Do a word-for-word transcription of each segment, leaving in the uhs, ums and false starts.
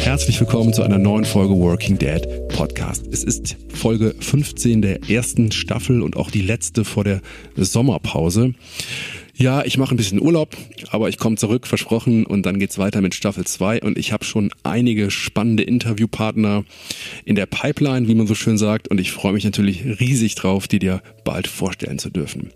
Herzlich willkommen zu einer neuen Folge Working Dad Podcast. Es ist Folge fünfzehn der ersten Staffel und auch die letzte vor der Sommerpause. Ja, ich mache ein bisschen Urlaub, aber ich komme zurück, versprochen, und dann geht's weiter mit Staffel zwei und ich habe schon einige spannende Interviewpartner in der Pipeline, wie man so schön sagt, und ich freue mich natürlich riesig drauf, die dir bald vorstellen zu dürfen.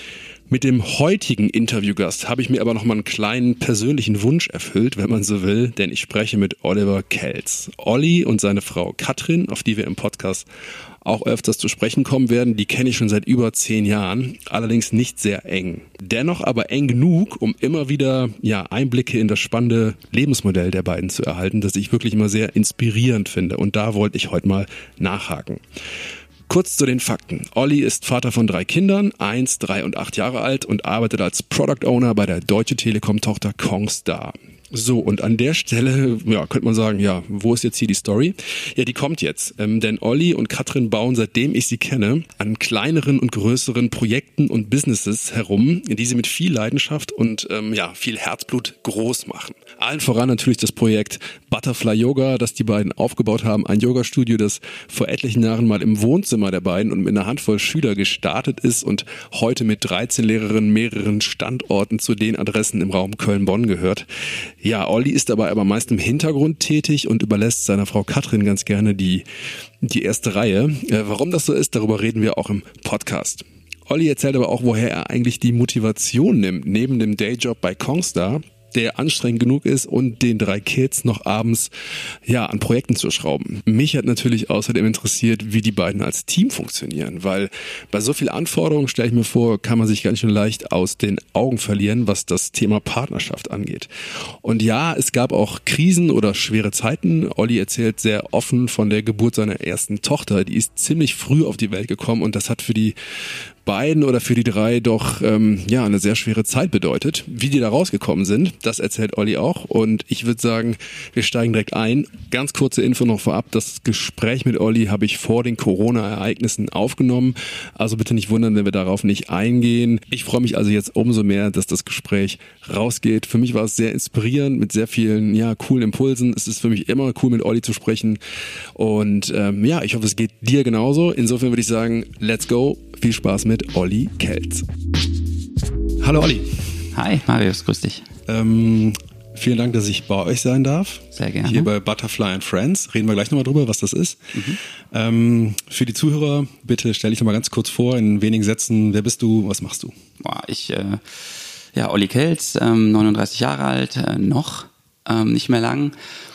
Mit dem heutigen Interviewgast habe ich mir aber noch mal einen kleinen persönlichen Wunsch erfüllt, wenn man so will, denn ich spreche mit Oliver Kelz. Olli und seine Frau Katrin, auf die wir im Podcast auch öfters zu sprechen kommen werden, die kenne ich schon seit über zehn Jahren, allerdings nicht sehr eng. Dennoch aber eng genug, um immer wieder ja Einblicke in das spannende Lebensmodell der beiden zu erhalten, das ich wirklich immer sehr inspirierend finde, und da wollte ich heute mal nachhaken. Kurz zu den Fakten. Olli ist Vater von drei Kindern, eins, drei und acht Jahre alt, und arbeitet als Product Owner bei der Deutsche Telekom-Tochter Kongstar. So, und an der Stelle, ja, könnte man sagen, ja, wo ist jetzt hier die Story? Ja, die kommt jetzt, ähm, denn Olli und Katrin bauen, seitdem ich sie kenne, an kleineren und größeren Projekten und Businesses herum, die sie mit viel Leidenschaft und ähm, ja, viel Herzblut groß machen. Allen voran natürlich das Projekt Butterfly Yoga, das die beiden aufgebaut haben, ein Yoga-Studio, das vor etlichen Jahren mal im Wohnzimmer der beiden und mit einer Handvoll Schüler gestartet ist und heute mit dreizehn Lehrerinnen, mehreren Standorten zu den Adressen im Raum Köln-Bonn gehört. Ja, Olli ist dabei aber meist im Hintergrund tätig und überlässt seiner Frau Katrin ganz gerne die, die erste Reihe. Äh, warum das so ist, darüber reden wir auch im Podcast. Olli erzählt aber auch, woher er eigentlich die Motivation nimmt, neben dem Dayjob bei Kongstar, der anstrengend genug ist, und den drei Kids noch abends ja an Projekten zu schrauben. Mich hat natürlich außerdem interessiert, wie die beiden als Team funktionieren, weil bei so viel Anforderungen, stelle ich mir vor, kann man sich ganz schön leicht aus den Augen verlieren, was das Thema Partnerschaft angeht. Und ja, es gab auch Krisen oder schwere Zeiten. Olli erzählt sehr offen von der Geburt seiner ersten Tochter. Die ist ziemlich früh auf die Welt gekommen, und das hat für die beiden oder für die drei doch ähm, ja eine sehr schwere Zeit bedeutet. Wie die da rausgekommen sind, das erzählt Olli auch, und ich würde sagen, wir steigen direkt ein. Ganz kurze Info noch vorab: Das Gespräch mit Olli habe ich vor den Corona-Ereignissen aufgenommen, also bitte nicht wundern, wenn wir darauf nicht eingehen. Ich freue mich also jetzt umso mehr, dass das Gespräch rausgeht. Für mich war es sehr inspirierend mit sehr vielen ja coolen Impulsen. Es ist für mich immer cool, mit Olli zu sprechen, und ähm, ja, ich hoffe, es geht dir genauso. Insofern würde ich sagen, let's go. Viel Spaß mit Olli Kelz. Hallo Olli. Hi Marius, grüß dich. Ähm, vielen Dank, dass ich bei euch sein darf. Sehr gerne. Hier bei Butterfly and Friends. Reden wir gleich nochmal drüber, was das ist. Mhm. Ähm, für die Zuhörer, bitte stell dich nochmal ganz kurz vor, in wenigen Sätzen. Wer bist du, was machst du? Boah, ich, äh, ja, Olli Kelz, ähm, neununddreißig Jahre alt, äh, noch, ähm, nicht mehr lang.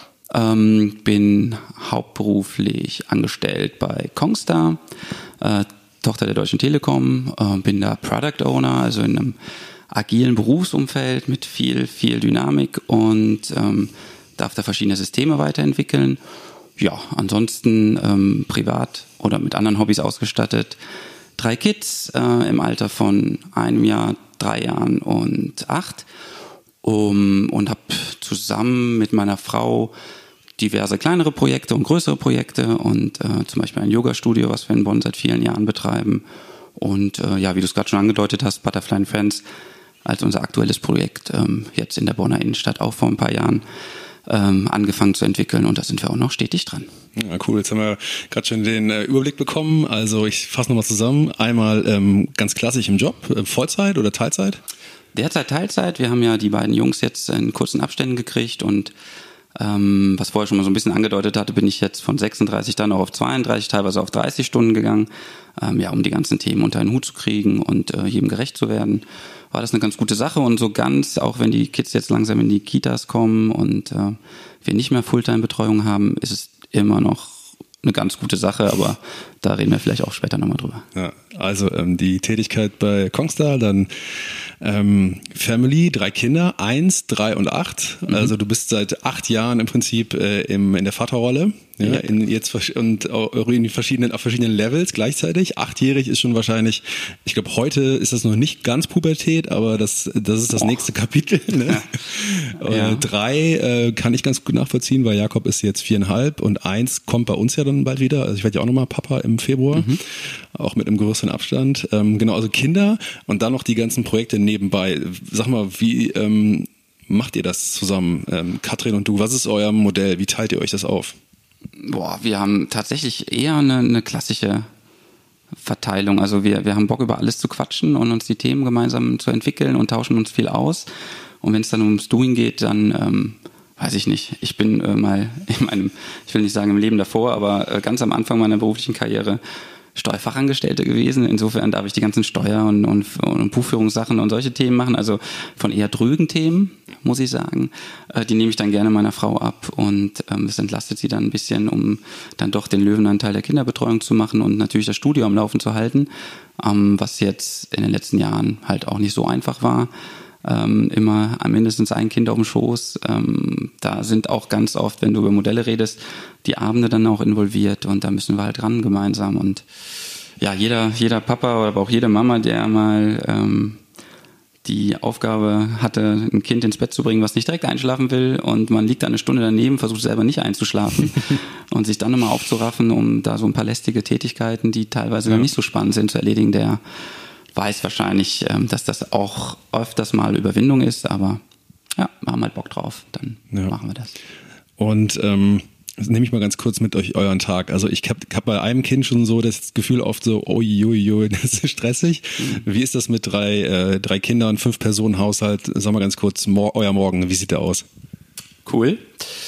Ähm, bin hauptberuflich angestellt bei Kongstar, äh, Tochter der Deutschen Telekom, äh, bin da Product Owner, also in einem agilen Berufsumfeld mit viel, viel Dynamik, und ähm, darf da verschiedene Systeme weiterentwickeln. Ja, ansonsten ähm, privat oder mit anderen Hobbys ausgestattet. Drei Kids äh, im Alter von einem Jahr, drei Jahren und acht. Um, und habe zusammen mit meiner Frau diverse kleinere Projekte und größere Projekte, und äh, zum Beispiel ein Yoga-Studio, was wir in Bonn seit vielen Jahren betreiben. Und äh, ja, wie du es gerade schon angedeutet hast, Butterfly and Friends als unser aktuelles Projekt ähm, jetzt in der Bonner Innenstadt auch vor ein paar Jahren ähm, angefangen zu entwickeln, und da sind wir auch noch stetig dran. Ja, cool, jetzt haben wir gerade schon den äh, Überblick bekommen. Also ich fasse nochmal zusammen. Einmal ähm, ganz klassisch im Job, äh, Vollzeit oder Teilzeit? Derzeit Teilzeit. Wir haben ja die beiden Jungs jetzt in kurzen Abständen gekriegt, und Ähm, was vorher schon mal so ein bisschen angedeutet hatte, bin ich jetzt von sechsunddreißig dann auch auf zweiunddreißig, teilweise auf dreißig Stunden gegangen, ähm, ja, um die ganzen Themen unter einen Hut zu kriegen und äh, jedem gerecht zu werden. War das eine ganz gute Sache, und so ganz, auch wenn die Kids jetzt langsam in die Kitas kommen und äh, wir nicht mehr Fulltime-Betreuung haben, ist es immer noch eine ganz gute Sache, aber da reden wir vielleicht auch später nochmal drüber. Ja, also ähm, die Tätigkeit bei Kongstar, dann ähm, Family, drei Kinder, eins, drei und acht. Mhm. Also du bist seit acht Jahren im Prinzip äh, im, in der Vaterrolle. Ja, ja. In jetzt und auch in verschiedenen, auf verschiedenen Levels gleichzeitig. Achtjährig ist schon wahrscheinlich, ich glaube, heute ist das noch nicht ganz Pubertät, aber das, das ist das oh. nächste Kapitel. Ne? Ja. Äh, drei äh, kann ich ganz gut nachvollziehen, weil Jakob ist jetzt viereinhalb, und eins kommt bei uns ja dann bald wieder. Also ich werde ja auch nochmal Papa im Februar, mhm. auch mit einem größeren Abstand. Ähm, genau, also Kinder und dann noch die ganzen Projekte nebenbei. Sag mal, wie ähm, macht ihr das zusammen, ähm, Katrin und du? Was ist euer Modell? Wie teilt ihr euch das auf? Boah, wir haben tatsächlich eher eine, eine klassische Verteilung. Also wir, wir haben Bock, über alles zu quatschen und uns die Themen gemeinsam zu entwickeln und tauschen uns viel aus. Und wenn es dann ums Doing geht, dann ähm, weiß ich nicht. Ich bin äh, mal in meinem, ich will nicht sagen im Leben davor, aber äh, ganz am Anfang meiner beruflichen Karriere Steuerfachangestellte gewesen. Insofern darf ich die ganzen Steuer- und, und, und Buchführungssachen und solche Themen machen. Also von eher drögen Themen, muss ich sagen. Äh, die nehme ich dann gerne meiner Frau ab und ähm, es entlastet sie dann ein bisschen, um dann doch den Löwenanteil der Kinderbetreuung zu machen und natürlich das Studio am Laufen zu halten, ähm, was jetzt in den letzten Jahren halt auch nicht so einfach war. Ähm, immer mindestens ein Kind auf dem Schoß. Ähm, da sind auch ganz oft, wenn du über Modelle redest, die Abende dann auch involviert und da müssen wir halt ran gemeinsam. Und ja, jeder, jeder Papa oder aber auch jede Mama, der mal ähm, die Aufgabe hatte, ein Kind ins Bett zu bringen, was nicht direkt einschlafen will und man liegt da eine Stunde daneben, versucht selber nicht einzuschlafen und sich dann nochmal aufzuraffen, um da so ein paar lästige Tätigkeiten, die teilweise ja. dann nicht so spannend sind, zu erledigen, der weiß wahrscheinlich, dass das auch öfters mal Überwindung ist, aber ja, wir haben halt Bock drauf, dann ja. machen wir das. Und ähm, das nehme ich mal ganz kurz mit euch euren Tag. Also ich habe hab bei einem Kind schon so das Gefühl oft so, uiuiui, das ist stressig. Mhm. Wie ist das mit drei, äh, drei Kindern, fünf Personen Haushalt? Sag mal ganz kurz, mor- euer Morgen, wie sieht der aus? Cool.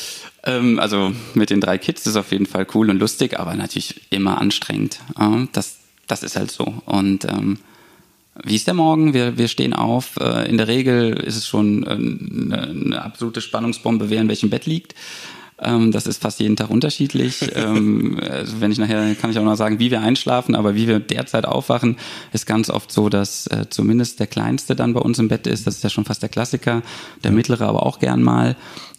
Ähm, also mit den drei Kids ist auf jeden Fall cool und lustig, aber natürlich immer anstrengend. Ähm, das, das ist halt so. Und ähm, wie ist der Morgen? Wir, wir stehen auf. In der Regel ist es schon eine, eine absolute Spannungsbombe, wer in welchem Bett liegt. Das ist fast jeden Tag unterschiedlich. Also wenn ich nachher, kann ich auch noch sagen, wie wir einschlafen, aber wie wir derzeit aufwachen, ist ganz oft so, dass zumindest der Kleinste dann bei uns im Bett ist. Das ist ja schon fast der Klassiker. Der Mittlere aber auch gern mal.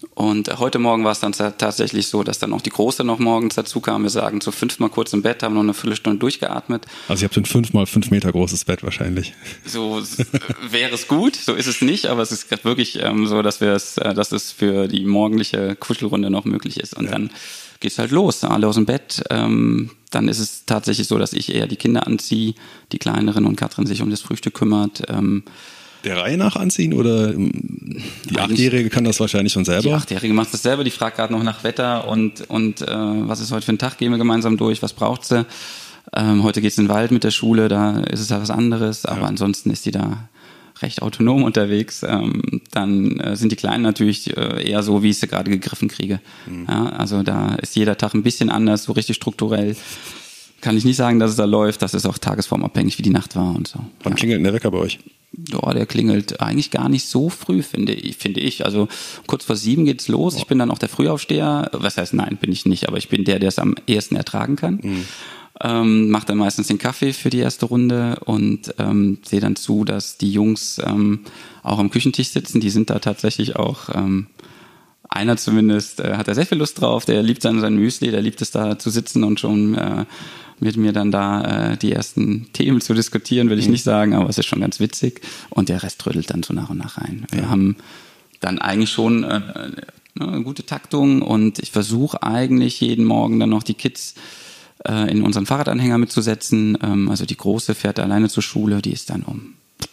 Und heute Morgen war es dann tatsächlich so, dass dann auch die Große noch morgens dazu kam. Wir sagen zu fünfmal kurz im Bett, haben noch eine Viertelstunde durchgeatmet. Also ihr habt ein fünfmal fünf Meter großes Bett wahrscheinlich. So wäre es gut, so ist es nicht, aber es ist wirklich ähm, so, dass wir es, äh, dass es für die morgendliche Kuschelrunde noch möglich ist. Und ja. dann geht's halt los, alle aus dem Bett. Ähm, dann ist es tatsächlich so, dass ich eher die Kinder anziehe, die Kleineren und Katrin sich um das Frühstück kümmert. Ähm, Der Reihe nach anziehen oder die Achtjährige kann das wahrscheinlich schon selber? Die Achtjährige macht das selber, die fragt gerade noch nach Wetter und, und äh, was ist heute für ein Tag, gehen wir gemeinsam durch, was braucht sie? Ähm, heute geht's in den Wald mit der Schule, da ist es ja was anderes, aber ja. ansonsten ist die da recht autonom unterwegs. Ähm, dann äh, sind die Kleinen natürlich äh, eher so, wie ich sie gerade gegriffen kriege. Mhm. Ja, also da ist jeder Tag ein bisschen anders, so richtig strukturell. Kann ich nicht sagen, dass es da läuft, das ist auch tagesformabhängig, wie die Nacht war und so. Wann ja. klingelt denn der Wecker bei euch? Ja, der klingelt eigentlich gar nicht so früh, finde ich. Finde ich. Also kurz vor sieben geht's los. Ich bin dann auch der Frühaufsteher. Was heißt, nein, bin ich nicht, aber ich bin der, der es am ehesten ertragen kann. Mhm. Ähm, mache dann meistens den Kaffee für die erste Runde und ähm, sehe dann zu, dass die Jungs ähm, auch am Küchentisch sitzen. Die sind da tatsächlich auch, ähm, einer zumindest, äh, hat da sehr viel Lust drauf. Der liebt dann sein Müsli, der liebt es da zu sitzen und schon äh, mit mir dann da äh, die ersten Themen zu diskutieren, will ich mhm. nicht sagen, aber es ist schon ganz witzig. Und der Rest trödelt dann so nach und nach rein. Wir ja. haben dann eigentlich schon äh, eine gute Taktung und ich versuche eigentlich jeden Morgen dann noch die Kids äh, in unseren Fahrradanhänger mitzusetzen. Ähm, also die Große fährt alleine zur Schule, die ist dann um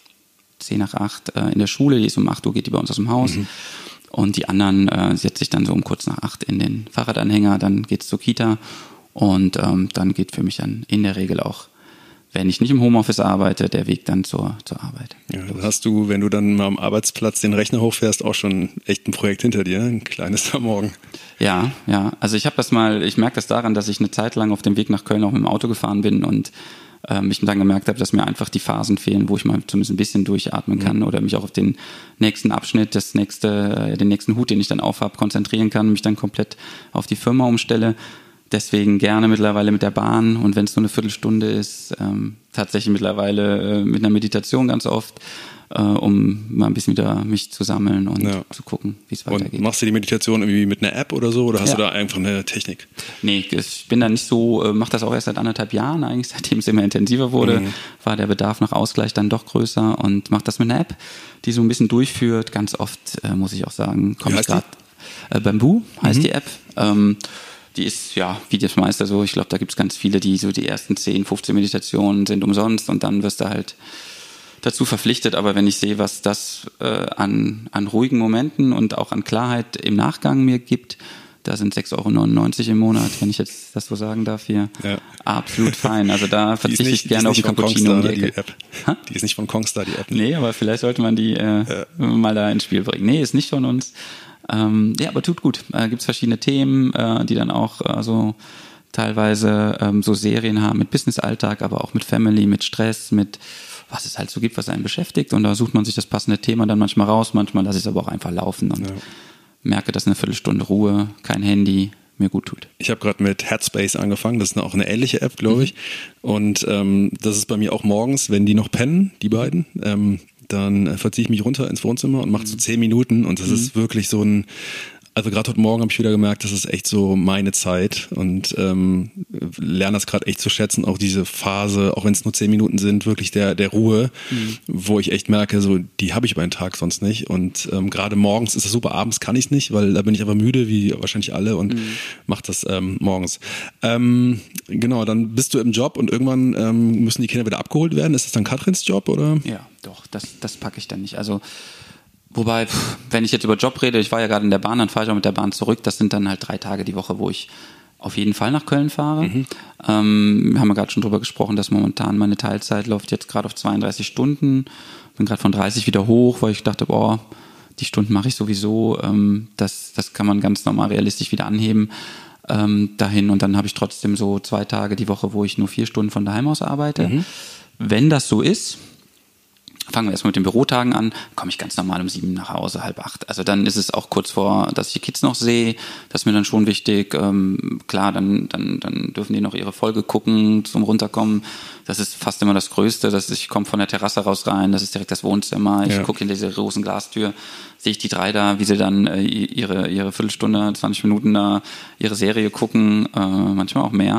zehn nach acht äh, in der Schule, die ist um acht Uhr, geht die bei uns aus dem Haus. Mhm. Und die anderen äh, setze ich dann so um kurz nach acht in den Fahrradanhänger, dann geht's zur Kita. Und ähm, dann geht für mich dann in der Regel auch, wenn ich nicht im Homeoffice arbeite, der Weg dann zur, zur Arbeit. Ja, dann hast du, wenn du dann mal am Arbeitsplatz den Rechner hochfährst, auch schon echt ein Projekt hinter dir, ein kleines am Morgen. Ja, ja. Also ich habe das mal, ich merke das daran, dass ich eine Zeit lang auf dem Weg nach Köln auch mit dem Auto gefahren bin und ähm, ich dann gemerkt habe, dass mir einfach die Phasen fehlen, wo ich mal zumindest ein bisschen durchatmen kann mhm. oder mich auch auf den nächsten Abschnitt, das nächste, den nächsten Hut, den ich dann aufhab, konzentrieren kann, mich dann komplett auf die Firma umstelle. Deswegen gerne mittlerweile mit der Bahn und wenn es nur eine Viertelstunde ist, ähm, tatsächlich mittlerweile äh, mit einer Meditation ganz oft, äh, um mal ein bisschen wieder mich zu sammeln und ja. zu gucken, wie es weitergeht. Und machst du die Meditation irgendwie mit einer App oder so oder hast ja. du da einfach eine Technik? Nee, ich bin da nicht so, äh, mache das auch erst seit anderthalb Jahren eigentlich, seitdem es immer intensiver wurde, mhm. war der Bedarf nach Ausgleich dann doch größer und mache das mit einer App, die so ein bisschen durchführt. Ganz oft, äh, muss ich auch sagen, komme ich gerade, äh, Bamboo heißt mhm. die App, ähm, die ist, ja, wie das meiste so, ich glaube, da gibt es ganz viele, die so die ersten zehn, fünfzehn Meditationen sind umsonst und dann wirst du halt dazu verpflichtet, aber wenn ich sehe, was das äh, an, an ruhigen Momenten und auch an Klarheit im Nachgang mir gibt, da sind sechs Euro neunundneunzig im Monat, wenn ich jetzt das so sagen darf hier. Ja. Absolut fein. Also da verzichte ich gerne auf den Cappuccino um die Ecke. Die, App. Die ist nicht von Kongstar, die App. Nee, aber vielleicht sollte man die äh, ja. mal da ins Spiel bringen. Nee, ist nicht von uns. Ähm, ja, aber tut gut. Äh, gibt es verschiedene Themen, äh, die dann auch äh, so teilweise ähm, so Serien haben mit Business-Alltag, aber auch mit Family, mit Stress, mit was es halt so gibt, was einen beschäftigt. Und da sucht man sich das passende Thema dann manchmal raus. Manchmal lasse ich es aber auch einfach laufen und ja. merke, dass eine Viertelstunde Ruhe, kein Handy mir gut tut. Ich habe gerade mit Headspace angefangen, das ist auch eine ähnliche App, glaube ich. Mhm. Und ähm, das ist bei mir auch morgens, wenn die noch pennen, die beiden, ähm, dann verziehe ich mich runter ins Wohnzimmer und mache mhm. so zehn Minuten und das mhm. ist wirklich so ein, also gerade heute Morgen habe ich wieder gemerkt, das ist echt so meine Zeit und ähm, lerne das gerade echt zu schätzen, auch diese Phase, auch wenn es nur zehn Minuten sind, wirklich der der Ruhe, mhm. wo ich echt merke, so die habe ich über den Tag sonst nicht und ähm, gerade morgens ist das super, abends kann ich es nicht, weil da bin ich aber müde, wie wahrscheinlich alle und mhm. mache das ähm, morgens. Ähm, genau, dann bist du im Job und irgendwann ähm, müssen die Kinder wieder abgeholt werden. Ist das dann Katrins Job oder? Ja, doch, das, das packe ich dann nicht. Also Wobei, pff, wenn ich jetzt über Job rede, ich war ja gerade in der Bahn, dann fahre ich auch mit der Bahn zurück. Das sind dann halt drei Tage die Woche, wo ich auf jeden Fall nach Köln fahre. Mhm. Ähm, wir haben ja gerade schon drüber gesprochen, dass momentan meine Teilzeit läuft jetzt gerade auf zweiunddreißig Stunden. Bin gerade von dreißig wieder hoch, weil ich dachte, boah, die Stunden mache ich sowieso. Ähm, das, das kann man ganz normal realistisch wieder anheben ähm, dahin. Und dann habe ich trotzdem so zwei Tage die Woche, wo ich nur vier Stunden von daheim aus arbeite. Mhm. Wenn das so ist, fangen wir erstmal mit den Bürotagen an, komme ich ganz normal um sieben nach Hause, halb acht. Also dann ist es auch kurz vor, dass ich die Kids noch sehe. Das ist mir dann schon wichtig. Ähm, klar, dann, dann, dann dürfen die noch ihre Folge gucken, zum Runterkommen. Das ist fast immer das Größte. Das ist, ich komme von der Terrasse raus rein, das ist direkt das Wohnzimmer. Ich ja. gucke in diese großen Glastür, sehe ich die drei da, wie sie dann äh, ihre, ihre Viertelstunde, zwanzig Minuten da ihre Serie gucken, äh, manchmal auch mehr.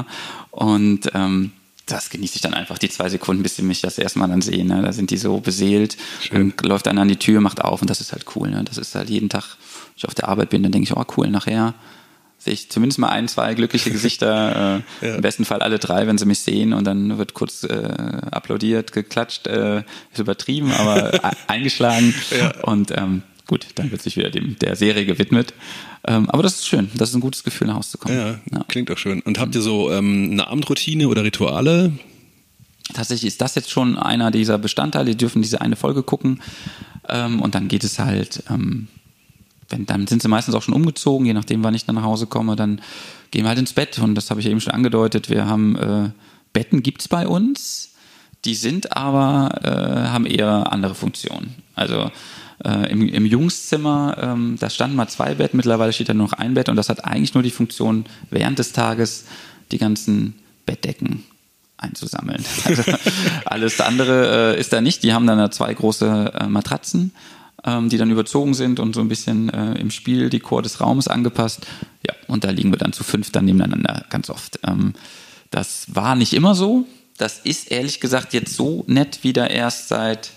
Und ähm, das genieße ich dann einfach, die zwei Sekunden, bis sie mich das erste Mal dann sehen. Ne? Da sind die so beseelt. Schön. Dann läuft einer an die Tür, macht auf und das ist halt cool. Ne? Das ist halt jeden Tag, wenn ich auf der Arbeit bin, dann denke ich, oh cool, nachher sehe ich zumindest mal ein, zwei glückliche Gesichter. äh, ja. Im besten Fall alle drei, wenn sie mich sehen und dann wird kurz äh, applaudiert, geklatscht, äh, ist übertrieben, aber eingeschlagen. Ja. Und ähm, gut, dann wird sich wieder dem, der Serie gewidmet. Ähm, aber das ist schön. Das ist ein gutes Gefühl, nach Hause zu kommen. Ja, ja. Klingt auch schön. Und habt ihr so ähm, eine Abendroutine oder Rituale? Tatsächlich ist das jetzt schon einer dieser Bestandteile. Die dürfen diese eine Folge gucken. Ähm, und dann geht es halt, ähm, wenn, dann sind sie meistens auch schon umgezogen. Je nachdem, wann ich dann nach Hause komme, dann gehen wir halt ins Bett. Und das habe ich eben schon angedeutet. Wir haben äh, Betten gibt's bei uns. Die sind aber, äh, haben eher andere Funktionen. Also Äh, im, im Jungszimmer, ähm, da standen mal zwei Betten, mittlerweile steht da nur noch ein Bett und das hat eigentlich nur die Funktion, während des Tages die ganzen Bettdecken einzusammeln. Also alles andere äh, ist da nicht. Die haben dann da zwei große äh, Matratzen, ähm, die dann überzogen sind und so ein bisschen äh, im Spieldekor des Raumes angepasst. Ja, und da liegen wir dann zu fünf dann nebeneinander ganz oft. Ähm, das war nicht immer so. Das ist ehrlich gesagt jetzt so nett wieder erst seit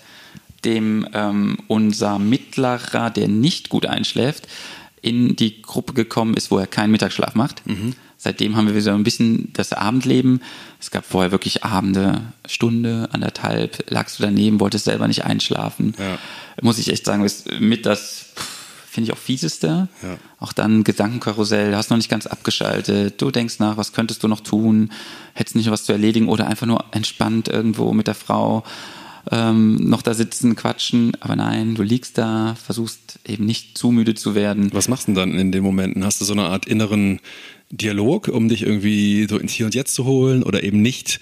dem ähm, unser Mittlerer, der nicht gut einschläft, in die Gruppe gekommen ist, wo er keinen Mittagsschlaf macht. Mhm. Seitdem haben wir wieder ein bisschen das Abendleben. Es gab vorher wirklich Abende, Stunde, anderthalb, lagst du daneben, wolltest selber nicht einschlafen. Ja. Muss ich echt sagen, ist mit das, finde ich, auch fieseste. Ja. Auch dann Gedankenkarussell, hast noch nicht ganz abgeschaltet, du denkst nach, was könntest du noch tun, hättest nicht noch was zu erledigen oder einfach nur entspannt irgendwo mit der Frau Ähm, noch da sitzen, quatschen, aber nein, du liegst da, versuchst eben nicht zu müde zu werden. Was machst du denn dann in den Momenten? Hast du so eine Art inneren Dialog, um dich irgendwie so ins Hier und Jetzt zu holen oder eben nicht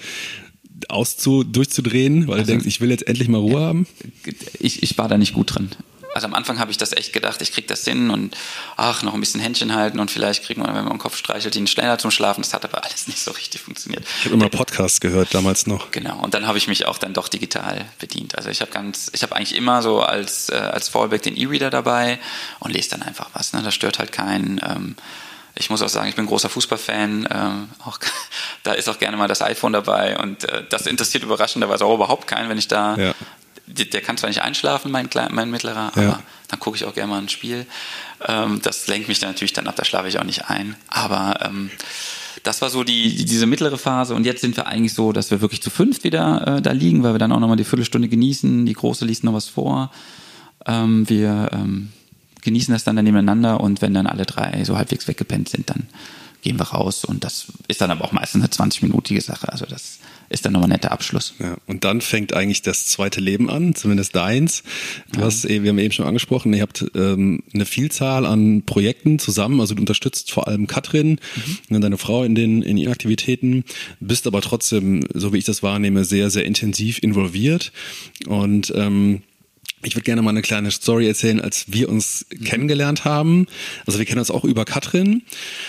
auszu durchzudrehen, weil also, du denkst, ich will jetzt endlich mal Ruhe ja, haben? Ich, ich war da nicht gut drin. Also am Anfang habe ich das echt gedacht, ich krieg das hin und ach, noch ein bisschen Händchen halten und vielleicht kriegen wir, wenn man den Kopf streichelt, ihn schneller zum Schlafen. Das hat aber alles nicht so richtig funktioniert. Ich habe immer Podcasts gehört, damals noch. Genau, und dann habe ich mich auch dann doch digital bedient. Also ich habe ganz, ich habe eigentlich immer so als, äh, als Fallback den E-Reader dabei und lese dann einfach was. Ne? Das stört halt keinen. Ähm, ich muss auch sagen, ich bin ein großer Fußballfan. Ähm, auch, da ist auch gerne mal das iPhone dabei und äh, das interessiert überraschenderweise auch überhaupt keinen, wenn ich da... Ja. Der kann zwar nicht einschlafen, mein, Klein, mein Mittlerer, aber ja. dann gucke ich auch gerne mal ein Spiel. Ähm, das lenkt mich dann natürlich dann ab, da schlafe ich auch nicht ein. Aber ähm, das war so die diese mittlere Phase und jetzt sind wir eigentlich so, dass wir wirklich zu fünft wieder äh, da liegen, weil wir dann auch nochmal die Viertelstunde genießen, die Große liest noch was vor. Ähm, wir ähm, genießen das dann, dann nebeneinander und wenn dann alle drei so halbwegs weggepennt sind, dann gehen wir raus und das ist dann aber auch meistens eine zwanzig-minütige Sache, also das ist dann nochmal ein netter Abschluss. Ja, und dann fängt eigentlich das zweite Leben an, zumindest deins. Du ja. hast, wir haben eben schon angesprochen, ihr habt ähm, eine Vielzahl an Projekten zusammen, also du unterstützt vor allem Katrin, mhm. deine Frau in den in ihren Aktivitäten, bist aber trotzdem, so wie ich das wahrnehme, sehr, sehr intensiv involviert und ähm, ich würde gerne mal eine kleine Story erzählen, als wir uns mhm. kennengelernt haben. Also wir kennen uns auch über Katrin.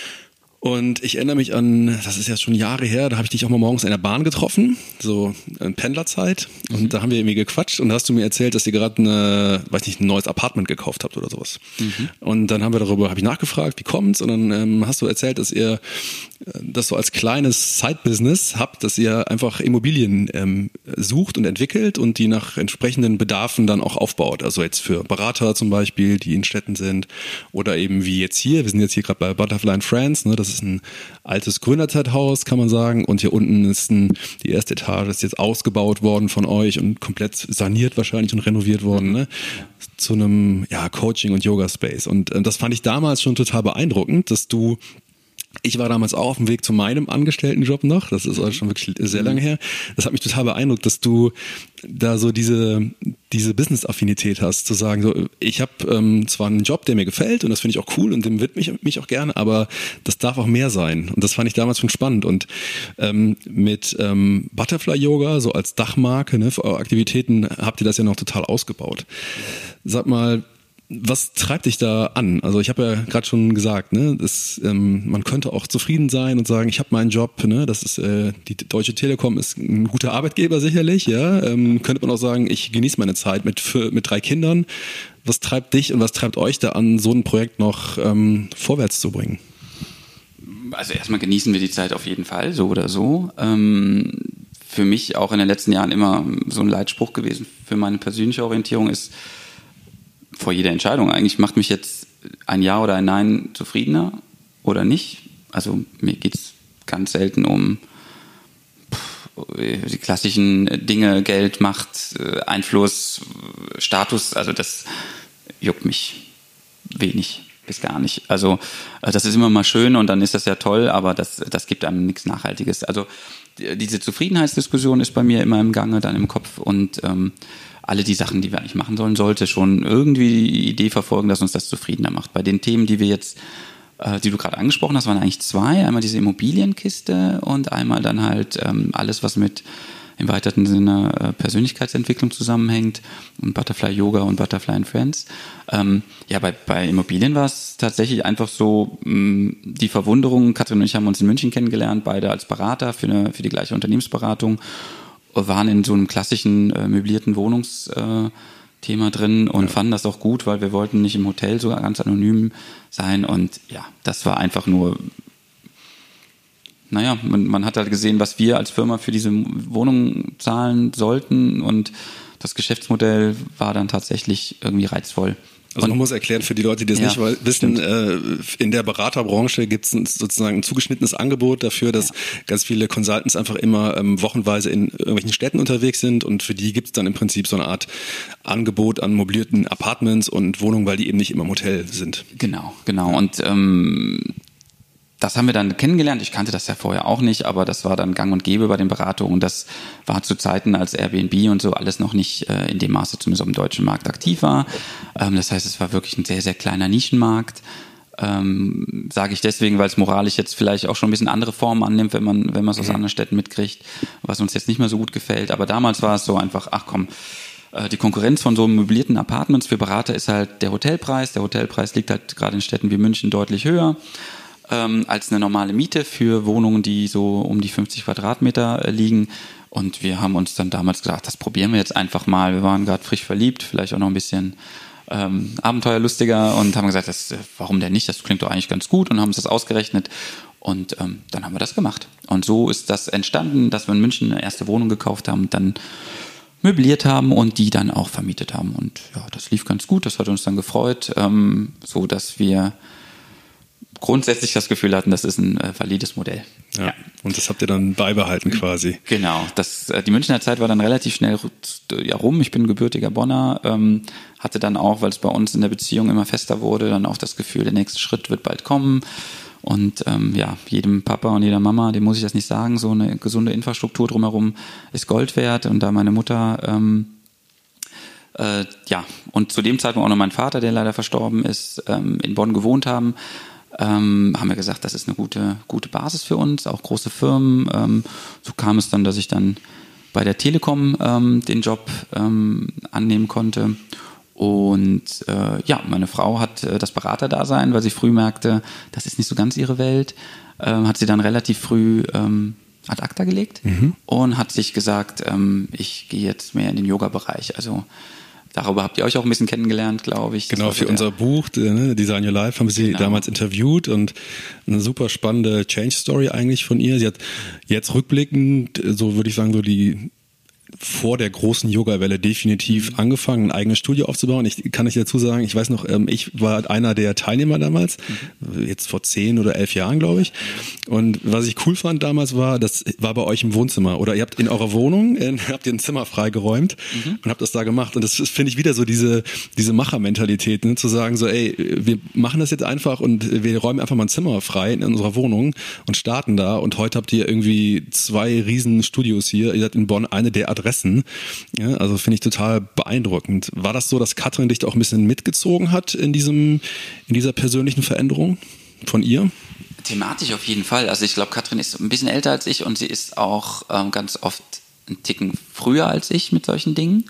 Und ich erinnere mich an, das ist ja schon Jahre her, da habe ich dich auch mal morgens in der Bahn getroffen, so in Pendlerzeit. Und mhm. da haben wir irgendwie gequatscht und da hast du mir erzählt, dass ihr gerade eine, weiß nicht, ein neues Apartment gekauft habt oder sowas. Mhm. Und dann haben wir darüber, habe ich nachgefragt, wie kommt's? Und dann ähm, hast du erzählt, dass ihr das so als kleines Side-Business habt, dass ihr einfach Immobilien ähm, sucht und entwickelt und die nach entsprechenden Bedarfen dann auch aufbaut. Also jetzt für Berater zum Beispiel, die in Städten sind oder eben wie jetzt hier. Wir sind jetzt hier gerade bei Butterfly in France, ne? Das ist ein altes Gründerzeithaus, kann man sagen. Und hier unten ist ein, die erste Etage ist jetzt ausgebaut worden von euch und komplett saniert wahrscheinlich und renoviert worden, ne? Zu einem ja, Coaching- und Yoga-Space. Und äh, das fand ich damals schon total beeindruckend, dass du Ich war damals auch auf dem Weg zu meinem Angestelltenjob noch, das ist auch schon wirklich sehr lange her. Das hat mich total beeindruckt, dass du da so diese diese Business-Affinität hast, zu sagen, so ich habe ähm, zwar einen Job, der mir gefällt und das finde ich auch cool und dem widme ich mich auch gerne, aber das darf auch mehr sein. Und das fand ich damals schon spannend. Und ähm, mit ähm, Butterfly Yoga, so als Dachmarke, ne, für eure Aktivitäten, habt ihr das ja noch total ausgebaut. Sag mal, was treibt dich da an? Also ich habe ja gerade schon gesagt, ne, das, ähm, man könnte auch zufrieden sein und sagen, ich habe meinen Job, ne, das ist äh, die Deutsche Telekom ist ein guter Arbeitgeber sicherlich, ja. Ähm, könnte man auch sagen, ich genieße meine Zeit mit für, mit drei Kindern. Was treibt dich und was treibt euch da an, so ein Projekt noch ähm, vorwärts zu bringen? Also erstmal genießen wir die Zeit auf jeden Fall, so oder so. Ähm, für mich auch in den letzten Jahren immer so ein Leitspruch gewesen für meine persönliche Orientierung ist, vor jeder Entscheidung eigentlich, macht mich jetzt ein Ja oder ein Nein zufriedener oder nicht. Also mir geht es ganz selten um die klassischen Dinge, Geld, Macht, Einfluss, Status. Also das juckt mich wenig bis gar nicht. Also das ist immer mal schön und dann ist das ja toll, aber das, das gibt einem nichts Nachhaltiges. Also diese Zufriedenheitsdiskussion ist bei mir immer im Gange, dann im Kopf und ähm, alle die Sachen, die wir eigentlich machen sollen, sollte schon irgendwie die Idee verfolgen, dass uns das zufriedener macht. Bei den Themen, die wir jetzt, äh, die du gerade angesprochen hast, waren eigentlich zwei. Einmal diese Immobilienkiste und einmal dann halt ähm, alles, was mit im weiteren Sinne äh, Persönlichkeitsentwicklung zusammenhängt und Butterfly Yoga und Butterfly in Friends. Ähm, ja, bei, bei Immobilien war es tatsächlich einfach so mh, die Verwunderung. Katrin und ich haben uns in München kennengelernt, beide als Berater für, eine, für die gleiche Unternehmensberatung. Waren in so einem klassischen äh, möblierten Wohnungsthema äh, drin und ja. fanden das auch gut, weil wir wollten nicht im Hotel sogar ganz anonym sein und ja, das war einfach nur, naja, man, man hat halt gesehen, was wir als Firma für diese Wohnung zahlen sollten und das Geschäftsmodell war dann tatsächlich irgendwie reizvoll. Also man muss erklären für die Leute, die das ja, nicht wissen, äh, in der Beraterbranche gibt es sozusagen ein zugeschnittenes Angebot dafür, dass ja. ganz viele Consultants einfach immer ähm, wochenweise in irgendwelchen Städten unterwegs sind und für die gibt es dann im Prinzip so eine Art Angebot an mobilierten Apartments und Wohnungen, weil die eben nicht immer im Hotel sind. Genau, genau. Ja. Und ähm, das haben wir dann kennengelernt. Ich kannte das ja vorher auch nicht, aber das war dann gang und gäbe bei den Beratungen. Und das war zu Zeiten, als Airbnb und so alles noch nicht äh, in dem Maße zumindest auf dem deutschen Markt aktiv war. Ähm, das heißt, es war wirklich ein sehr, sehr kleiner Nischenmarkt. Ähm, sage ich deswegen, weil es moralisch jetzt vielleicht auch schon ein bisschen andere Formen annimmt, wenn man wenn man es aus mhm. anderen Städten mitkriegt, was uns jetzt nicht mehr so gut gefällt. Aber damals war es so einfach, ach komm, die Konkurrenz von so möblierten Apartments für Berater ist halt der Hotelpreis. Der Hotelpreis liegt halt gerade in Städten wie München deutlich höher ähm, als eine normale Miete für Wohnungen, die so um die fünfzig Quadratmeter äh, liegen. Und wir haben uns dann damals gesagt, das probieren wir jetzt einfach mal. Wir waren gerade frisch verliebt, vielleicht auch noch ein bisschen ähm, abenteuerlustiger und haben gesagt, das, warum denn nicht? Das klingt doch eigentlich ganz gut und haben uns das ausgerechnet. Und ähm, dann haben wir das gemacht. Und so ist das entstanden, dass wir in München eine erste Wohnung gekauft haben und dann möbliert haben und die dann auch vermietet haben. Und ja, das lief ganz gut, das hat uns dann gefreut, ähm, so dass wir grundsätzlich das Gefühl hatten, das ist ein äh, valides Modell. Ja. ja. Und das habt ihr dann beibehalten quasi. Genau. Das, äh, die Münchner Zeit war dann relativ schnell ja, rum. Ich bin gebürtiger Bonner, ähm, hatte dann auch, weil es bei uns in der Beziehung immer fester wurde, dann auch das Gefühl, der nächste Schritt wird bald kommen. Und ähm, ja, jedem Papa und jeder Mama, dem muss ich das nicht sagen, so eine gesunde Infrastruktur drumherum ist Gold wert. Und da meine Mutter, ähm, äh, ja, und zu dem Zeitpunkt auch noch mein Vater, der leider verstorben ist, ähm, in Bonn gewohnt haben, ähm, haben wir gesagt, das ist eine gute, gute Basis für uns, auch große Firmen. Ähm, so kam es dann, dass ich dann bei der Telekom ähm, den Job ähm, annehmen konnte. Und äh, ja, meine Frau hat äh, das Beraterdasein, weil sie früh merkte, das ist nicht so ganz ihre Welt, ähm, hat sie dann relativ früh ähm, ad acta gelegt mhm. und hat sich gesagt, ähm, ich gehe jetzt mehr in den Yoga-Bereich. Also darüber habt ihr euch auch ein bisschen kennengelernt, glaube ich. Genau, für unser Buch, ne, Design Your Life, haben wir sie genau. damals interviewt und eine super spannende Change-Story eigentlich von ihr. Sie hat jetzt rückblickend, so würde ich sagen, so die vor der großen Yoga-Welle definitiv mhm. angefangen, ein eigenes Studio aufzubauen. Ich kann euch dazu sagen, ich weiß noch, ich war einer der Teilnehmer damals, mhm. jetzt vor zehn oder elf Jahren, glaube ich. Und was ich cool fand damals war, das war bei euch im Wohnzimmer oder ihr habt in eurer Wohnung, äh, habt ihr ein Zimmer freigeräumt mhm. und habt das da gemacht. Und das finde ich wieder so diese diese Machermentalität, ne? Zu sagen so, ey, wir machen das jetzt einfach und wir räumen einfach mal ein Zimmer frei in unserer Wohnung und starten da. Und heute habt ihr irgendwie zwei riesen Studios hier. Ihr seid in Bonn eine der Adressen. Ja, also finde ich total beeindruckend. War das so, dass Katrin dich da auch ein bisschen mitgezogen hat in diesem, in dieser persönlichen Veränderung von ihr? Thematisch auf jeden Fall. Also ich glaube, Katrin ist ein bisschen älter als ich und sie ist auch ähm, ganz oft einen Ticken früher als ich mit solchen Dingen.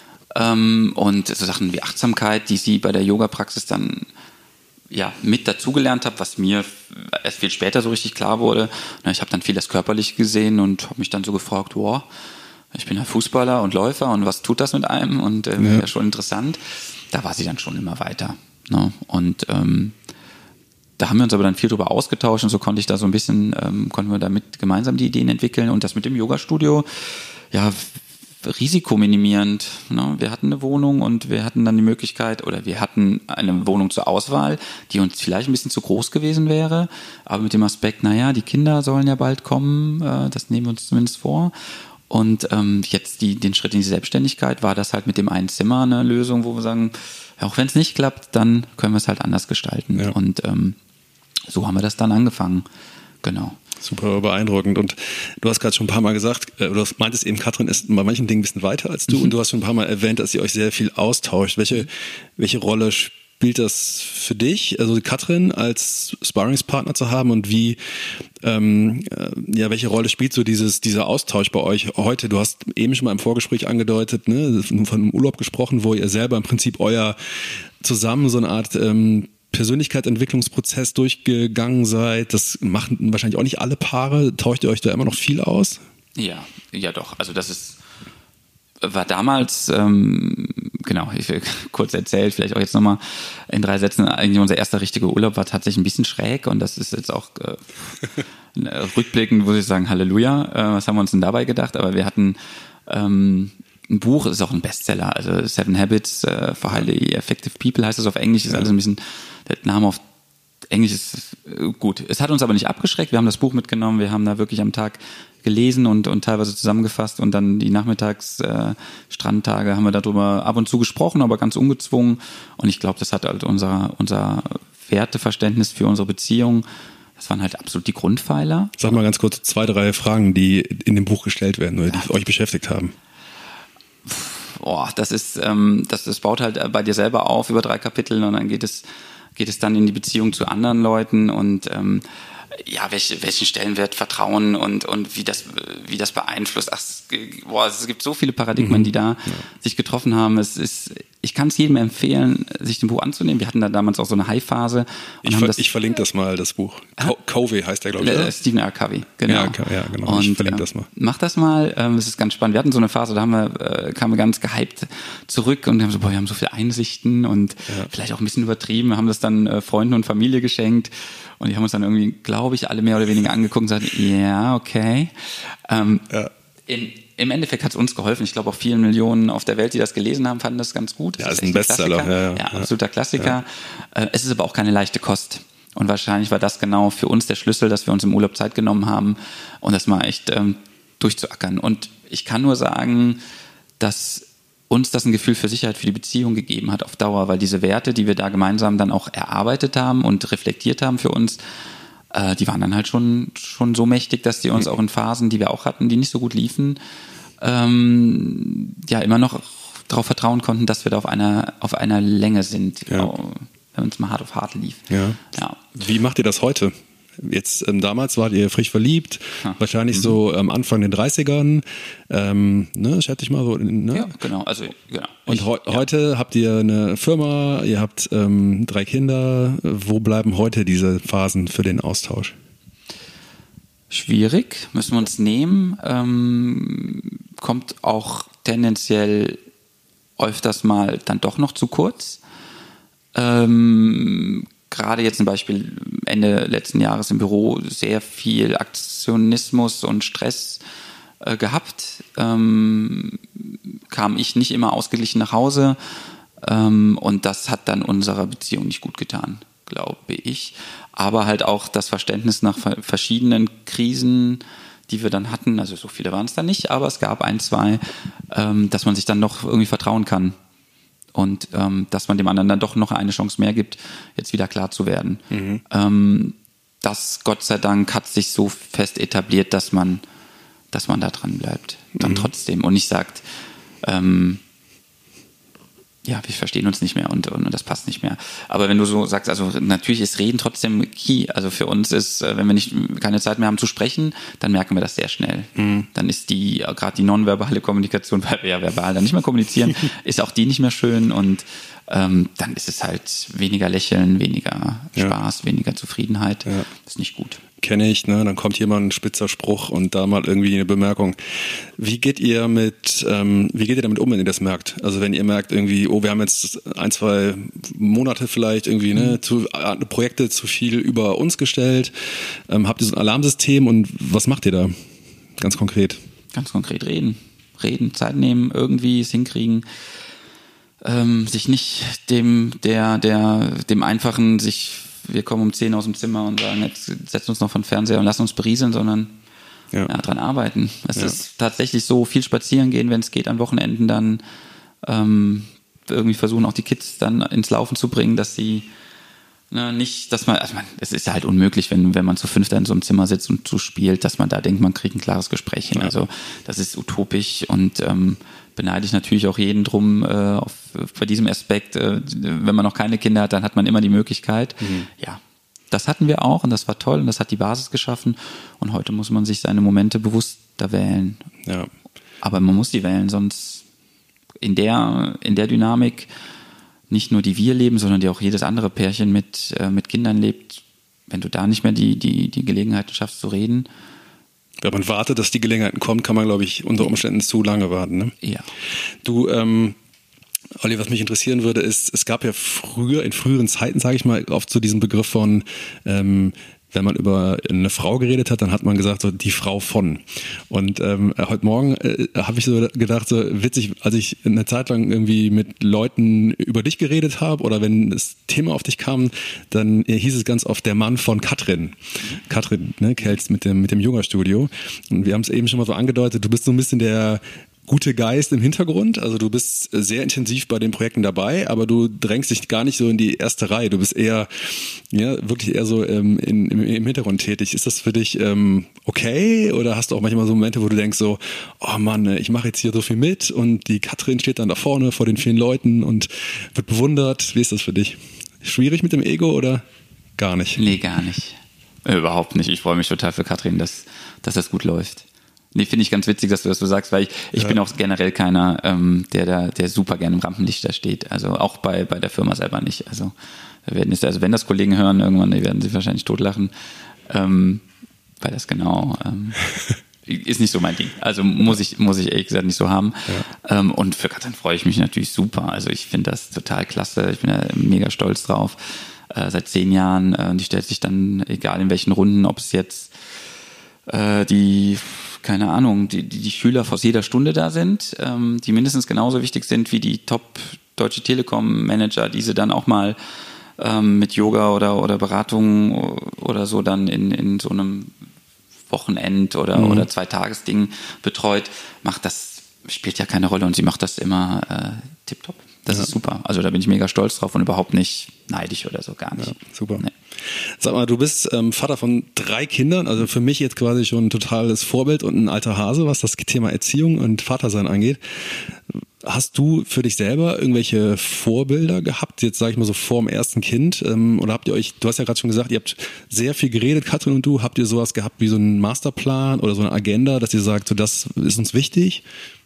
Ähm, und so Sachen wie Achtsamkeit, die sie bei der Yoga-Praxis dann ja, mit dazugelernt habe, was mir erst viel später so richtig klar wurde. Ich habe dann viel das Körperliche gesehen und habe mich dann so gefragt, wow, ich bin ja Fußballer und Läufer und was tut das mit einem? Und äh, ja. ja schon interessant. Da war sie dann schon immer weiter. Ne? Und ähm, da haben wir uns aber dann viel drüber ausgetauscht und so konnte ich da so ein bisschen, ähm, konnten wir damit gemeinsam die Ideen entwickeln und das mit dem Yoga-Studio, ja, risikominimierend. Ne? Wir hatten eine Wohnung und wir hatten dann die Möglichkeit, oder wir hatten eine Wohnung zur Auswahl, die uns vielleicht ein bisschen zu groß gewesen wäre, aber mit dem Aspekt, naja, die Kinder sollen ja bald kommen, äh, das nehmen wir uns zumindest vor. Und ähm, jetzt die, den Schritt in die Selbstständigkeit war das halt mit dem einen Zimmer eine Lösung, wo wir sagen, ja, auch wenn es nicht klappt, dann können wir es halt anders gestalten. Ja. Und ähm, so haben wir das dann angefangen. Genau. Super beeindruckend. Und du hast gerade schon ein paar Mal gesagt, äh, du meintest eben, Katrin ist bei manchen Dingen ein bisschen weiter als du mhm. und du hast schon ein paar Mal erwähnt, dass ihr euch sehr viel austauscht. Welche, welche Rolle spielt das für dich, also Katrin als Sparringspartner zu haben und wie, ähm, ja, welche Rolle spielt so dieses, dieser Austausch bei euch heute? Du hast eben schon mal im Vorgespräch angedeutet, ne, von einem Urlaub gesprochen, wo ihr selber im Prinzip euer zusammen so eine Art ähm, Persönlichkeitsentwicklungsprozess durchgegangen seid. Das machen wahrscheinlich auch nicht alle Paare. Tauscht ihr euch da immer noch viel aus? Ja, ja doch. Also das ist war damals, ähm, genau, ich will kurz erzählt, vielleicht auch jetzt nochmal in drei Sätzen, eigentlich unser erster richtiger Urlaub war tatsächlich ein bisschen schräg und das ist jetzt auch äh, rückblickend, muss ich sagen, Halleluja, äh, was haben wir uns denn dabei gedacht, aber wir hatten ähm, ein Buch, ist auch ein Bestseller, also Seven Habits uh, for Highly Effective People heißt es auf Englisch, ist ja. alles ein bisschen, der Name auf Englisch ist äh, gut. Es hat uns aber nicht abgeschreckt, wir haben das Buch mitgenommen, wir haben da wirklich am Tag gelesen und, und teilweise zusammengefasst und dann die Nachmittags-Strandtage äh, haben wir darüber ab und zu gesprochen, aber ganz ungezwungen und ich glaube, das hat halt unser, unser Werteverständnis für unsere Beziehung, das waren halt absolut die Grundpfeiler. Sag mal ganz kurz zwei, drei Fragen, die in dem Buch gestellt werden oder die ja. euch beschäftigt haben. Boah, das ist, ähm, das, das baut halt bei dir selber auf über drei Kapitel und dann geht es, geht es dann in die Beziehung zu anderen Leuten und ähm, ja, welche, welchen Stellenwert Vertrauen und, und wie das, wie das beeinflusst. Ach, es, boah, es gibt so viele Paradigmen, die da ja. sich getroffen haben. Es ist, ich kann es jedem empfehlen, sich dem Buch anzunehmen. Wir hatten da damals auch so eine High-Phase. Ich, ver- ich verlinke das mal, das Buch. Co- Covey heißt der, glaube ich. Äh, Stephen R. Covey, genau. Ja, ja genau. Und, ich verlinke das mal. Äh, mach das mal. Ähm, es ist ganz spannend. Wir hatten so eine Phase, da haben wir, äh, kamen wir ganz gehypt zurück und haben so, boah, wir haben so viele Einsichten und ja. vielleicht auch ein bisschen übertrieben. Wir haben das dann äh, Freunden und Familie geschenkt. Und die haben uns dann irgendwie, glaube ich, alle mehr oder weniger angeguckt und gesagt, ja, okay. Ähm, ja. In, Im Endeffekt hat es uns geholfen. Ich glaube, auch vielen Millionen auf der Welt, die das gelesen haben, fanden das ganz gut. Das ja, ist, ist ein Bestseller. Ja, ja, ja, absoluter Klassiker. Ja. Äh, es ist aber auch keine leichte Kost. Und wahrscheinlich war das genau für uns der Schlüssel, dass wir uns im Urlaub Zeit genommen haben und das mal echt ähm, durchzuackern. Und ich kann nur sagen, dass uns das ein Gefühl für Sicherheit für die Beziehung gegeben hat auf Dauer, weil diese Werte, die wir da gemeinsam dann auch erarbeitet haben und reflektiert haben für uns, äh, die waren dann halt schon, schon so mächtig, dass die uns auch in Phasen, die wir auch hatten, die nicht so gut liefen, ähm, ja immer noch darauf vertrauen konnten, dass wir da auf einer, auf einer Länge sind, ja. Wenn es mal hart auf hart lief. Ja. Ja. Wie macht ihr das heute? Jetzt ähm, damals wart ihr frisch verliebt, ja. wahrscheinlich mhm. so am ähm, Anfang den dreißigern, ähm, ne, schätze ich mal so. Ne? Ja, genau. Also, genau. Und ich, he- ja. heute habt ihr eine Firma, ihr habt ähm, drei Kinder. Wo bleiben heute diese Phasen für den Austausch? Schwierig, müssen wir uns nehmen. Ähm, kommt auch tendenziell öfters mal dann doch noch zu kurz. Ähm, Gerade jetzt zum Beispiel Ende letzten Jahres im Büro sehr viel Aktionismus und Stress äh, gehabt. Ähm, kam ich nicht immer ausgeglichen nach Hause ähm, und das hat dann unserer Beziehung nicht gut getan, glaube ich. Aber halt auch das Verständnis nach verschiedenen Krisen, die wir dann hatten, also so viele waren es dann nicht, aber es gab ein, zwei, ähm, dass man sich dann noch irgendwie vertrauen kann. Und ähm, dass man dem anderen dann doch noch eine Chance mehr gibt, jetzt wieder klar zu werden. Mhm. Ähm, das, Gott sei Dank, hat sich so fest etabliert, dass man, dass man da dran bleibt. Dann mhm. trotzdem. Und nicht sagt, ähm, ja, wir verstehen uns nicht mehr und, und, und das passt nicht mehr. Aber wenn du so sagst, also natürlich ist Reden trotzdem key. Also für uns ist, wenn wir nicht keine Zeit mehr haben zu sprechen, dann merken wir das sehr schnell. Mhm. Dann ist die, gerade die nonverbale Kommunikation, weil wir ja verbal dann nicht mehr kommunizieren, ist auch die nicht mehr schön und ähm, dann ist es halt weniger Lächeln, weniger Spaß, ja. weniger Zufriedenheit. Ja. Das ist nicht gut. Kenne ich, ne? Dann kommt jemand ein spitzer Spruch und da mal irgendwie eine Bemerkung. Wie geht ihr mit, ähm, wie geht ihr damit um, wenn ihr das merkt? Also wenn ihr merkt irgendwie, oh, wir haben jetzt ein, zwei Monate vielleicht irgendwie, ne, mhm. zu, äh, Projekte zu viel über uns gestellt. Ähm, habt ihr so ein Alarmsystem und was macht ihr da? Ganz konkret. Ganz konkret reden. Reden, Zeit nehmen, irgendwie es hinkriegen. Ähm, sich nicht dem, der, der, dem einfachen, sich wir kommen um zehn aus dem Zimmer und sagen, jetzt setzen uns noch von Fernseher und lassen uns berieseln, sondern ja. Ja, dran arbeiten. Es ja. ist tatsächlich so, viel spazieren gehen, wenn es geht, an Wochenenden dann ähm, irgendwie versuchen, auch die Kids dann ins Laufen zu bringen, dass sie ne, nicht, dass man, also man, es ist ja halt unmöglich, wenn, wenn man zu fünft in so einem Zimmer sitzt und zu spielt, dass man da denkt, man kriegt ein klares Gespräch hin. Ja. Also das ist utopisch und ähm, beneide ich natürlich auch jeden drum, äh, auf, bei diesem Aspekt, äh, wenn man noch keine Kinder hat, dann hat man immer die Möglichkeit. Mhm. Ja, das hatten wir auch und das war toll und das hat die Basis geschaffen und heute muss man sich seine Momente bewusster wählen. Ja. Aber man muss die wählen, sonst in der, in der Dynamik nicht nur die wir leben, sondern die auch jedes andere Pärchen mit, äh, mit Kindern lebt, wenn du da nicht mehr die, die, die Gelegenheit schaffst zu reden. Wenn man wartet, dass die Gelegenheit kommt, kann man, glaube ich, unter Umständen zu lange warten. Ne? Ja. Du, ähm, Olli, was mich interessieren würde, ist, es gab ja früher, in früheren Zeiten, sage ich mal, oft so diesen Begriff von, ähm, wenn man über eine Frau geredet hat, dann hat man gesagt, so die Frau von. Und ähm, heute Morgen äh, habe ich so gedacht, so witzig, als ich eine Zeit lang irgendwie mit Leuten über dich geredet habe oder wenn das Thema auf dich kam, dann äh, hieß es ganz oft der Mann von Katrin. Katrin, ne, Kelz mit dem, mit dem Yoga-Studio. Und wir haben es eben schon mal so angedeutet, du bist so ein bisschen der gute Geist im Hintergrund, also du bist sehr intensiv bei den Projekten dabei, aber du drängst dich gar nicht so in die erste Reihe, du bist eher, ja, wirklich eher so ähm, in, im, im Hintergrund tätig. Ist das für dich ähm, okay oder hast du auch manchmal so Momente, wo du denkst so, oh Mann, ich mache jetzt hier so viel mit und die Katrin steht dann da vorne vor den vielen Leuten und wird bewundert. Wie ist das für dich? Schwierig mit dem Ego oder gar nicht? Nee, gar nicht. Überhaupt nicht. Ich freue mich total für Katrin, dass, dass das gut läuft. Nee, finde ich ganz witzig, dass du das so sagst, weil ich, ich ja. bin auch generell keiner, ähm, der da, der super gerne im Rampenlicht da steht. Also auch bei, bei der Firma selber nicht. Also, da werden jetzt, also wenn das Kollegen hören, irgendwann, die werden sie wahrscheinlich totlachen. Ähm, weil das genau, ähm, ist nicht so mein Ding. Also muss ich, muss ich ehrlich gesagt nicht so haben. Ja. Ähm, und für Katrin freue ich mich natürlich super. Also ich finde das total klasse. Ich bin da mega stolz drauf. Äh, seit zehn Jahren, äh, die stellt sich dann, egal in welchen Runden, ob es jetzt äh, die keine Ahnung, die, die, die Schüler aus jeder Stunde da sind, ähm, die mindestens genauso wichtig sind wie die Top Deutsche Telekom Manager, die sie dann auch mal ähm, mit Yoga oder, oder Beratungen oder so dann in, in so einem Wochenend- oder, mhm. oder Zwei-Tages-Ding betreut, macht das, spielt ja keine Rolle und sie macht das immer äh, tipptopp. Das ja. ist super. Also da bin ich mega stolz drauf und überhaupt nicht neidisch oder so, gar nicht. Ja, super. Nee. Sag mal, du bist ähm, Vater von drei Kindern, also für mich jetzt quasi schon ein totales Vorbild und ein alter Hase, was das Thema Erziehung und Vatersein angeht. Hast du für dich selber irgendwelche Vorbilder gehabt, jetzt sage ich mal so vor dem ersten Kind? Ähm, oder habt ihr euch, du hast ja gerade schon gesagt, ihr habt sehr viel geredet, Katrin und du. Habt ihr sowas gehabt wie so einen Masterplan oder so eine Agenda, dass ihr sagt, so das ist uns wichtig?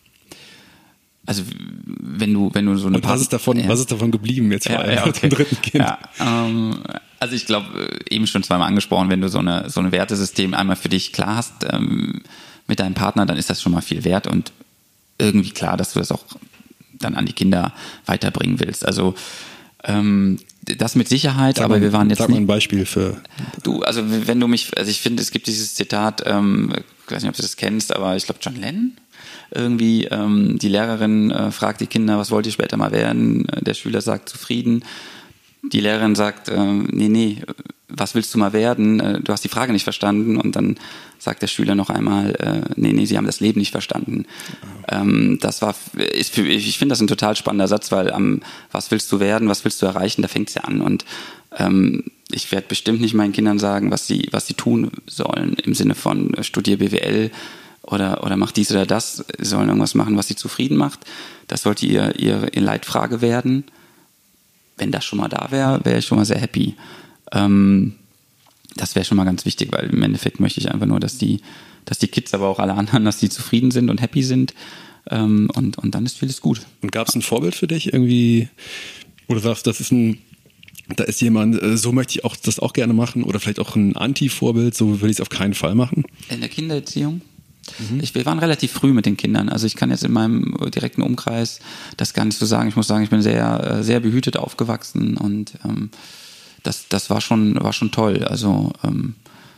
Also wenn du wenn du so eine und was ist davon ja. was ist davon geblieben jetzt vor ja, allem ja, okay. mit dem dritten Kind? Ja, ähm, also ich glaube eben schon zweimal angesprochen, wenn du so eine so ein Wertesystem einmal für dich klar hast ähm, mit deinem Partner, dann ist das schon mal viel wert und irgendwie klar, dass du das auch dann an die Kinder weiterbringen willst. Also ähm, das mit Sicherheit, sag aber mal, wir waren jetzt sag nicht... mal ein Beispiel für... Du, also wenn du mich... Also ich finde, es gibt dieses Zitat, ähm, ich weiß nicht, ob du das kennst, aber ich glaube John Lennon, irgendwie ähm, die Lehrerin äh, fragt die Kinder, was wollt ihr später mal werden? Der Schüler sagt zufrieden. Die Lehrerin sagt, äh, nee, nee, was willst du mal werden? Äh, du hast die Frage nicht verstanden. Und dann sagt der Schüler noch einmal, äh, nee, nee, sie haben das Leben nicht verstanden. Ähm, das war, ist für, ich finde das ein total spannender Satz, weil am was willst du werden, was willst du erreichen, da fängt es ja an. Und ähm, ich werde bestimmt nicht meinen Kindern sagen, was sie, was sie tun sollen, im Sinne von äh, studier B W L oder, oder mach dies oder das, sie sollen irgendwas machen, was sie zufrieden macht. Das sollte ihr, ihr, ihr Leitfrage werden. Wenn das schon mal da wäre, wäre ich schon mal sehr happy. Ähm, das wäre schon mal ganz wichtig, weil im Endeffekt möchte ich einfach nur, dass die, dass die Kids, aber auch alle anderen, dass die zufrieden sind und happy sind. Ähm, und, und dann ist vieles gut. Und gab es ein Vorbild für dich irgendwie, oder sagst, das ist ein, da ist jemand, so möchte ich auch das auch gerne machen, oder vielleicht auch ein Anti-Vorbild, so würde ich es auf keinen Fall machen? In der Kindererziehung? Mhm. Ich, wir waren relativ früh mit den Kindern. Also ich kann jetzt in meinem direkten Umkreis das gar nicht so sagen. Ich muss sagen, ich bin sehr, sehr behütet aufgewachsen und ähm, das, das war schon, war schon toll. Also ähm,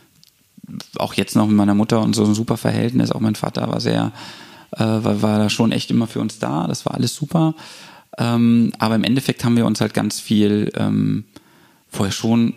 auch jetzt noch mit meiner Mutter und so ein super Verhältnis. Auch mein Vater war sehr, äh, war, war da schon echt immer für uns da. Das war alles super. Ähm, aber im Endeffekt haben wir uns halt ganz viel ähm, vorher schon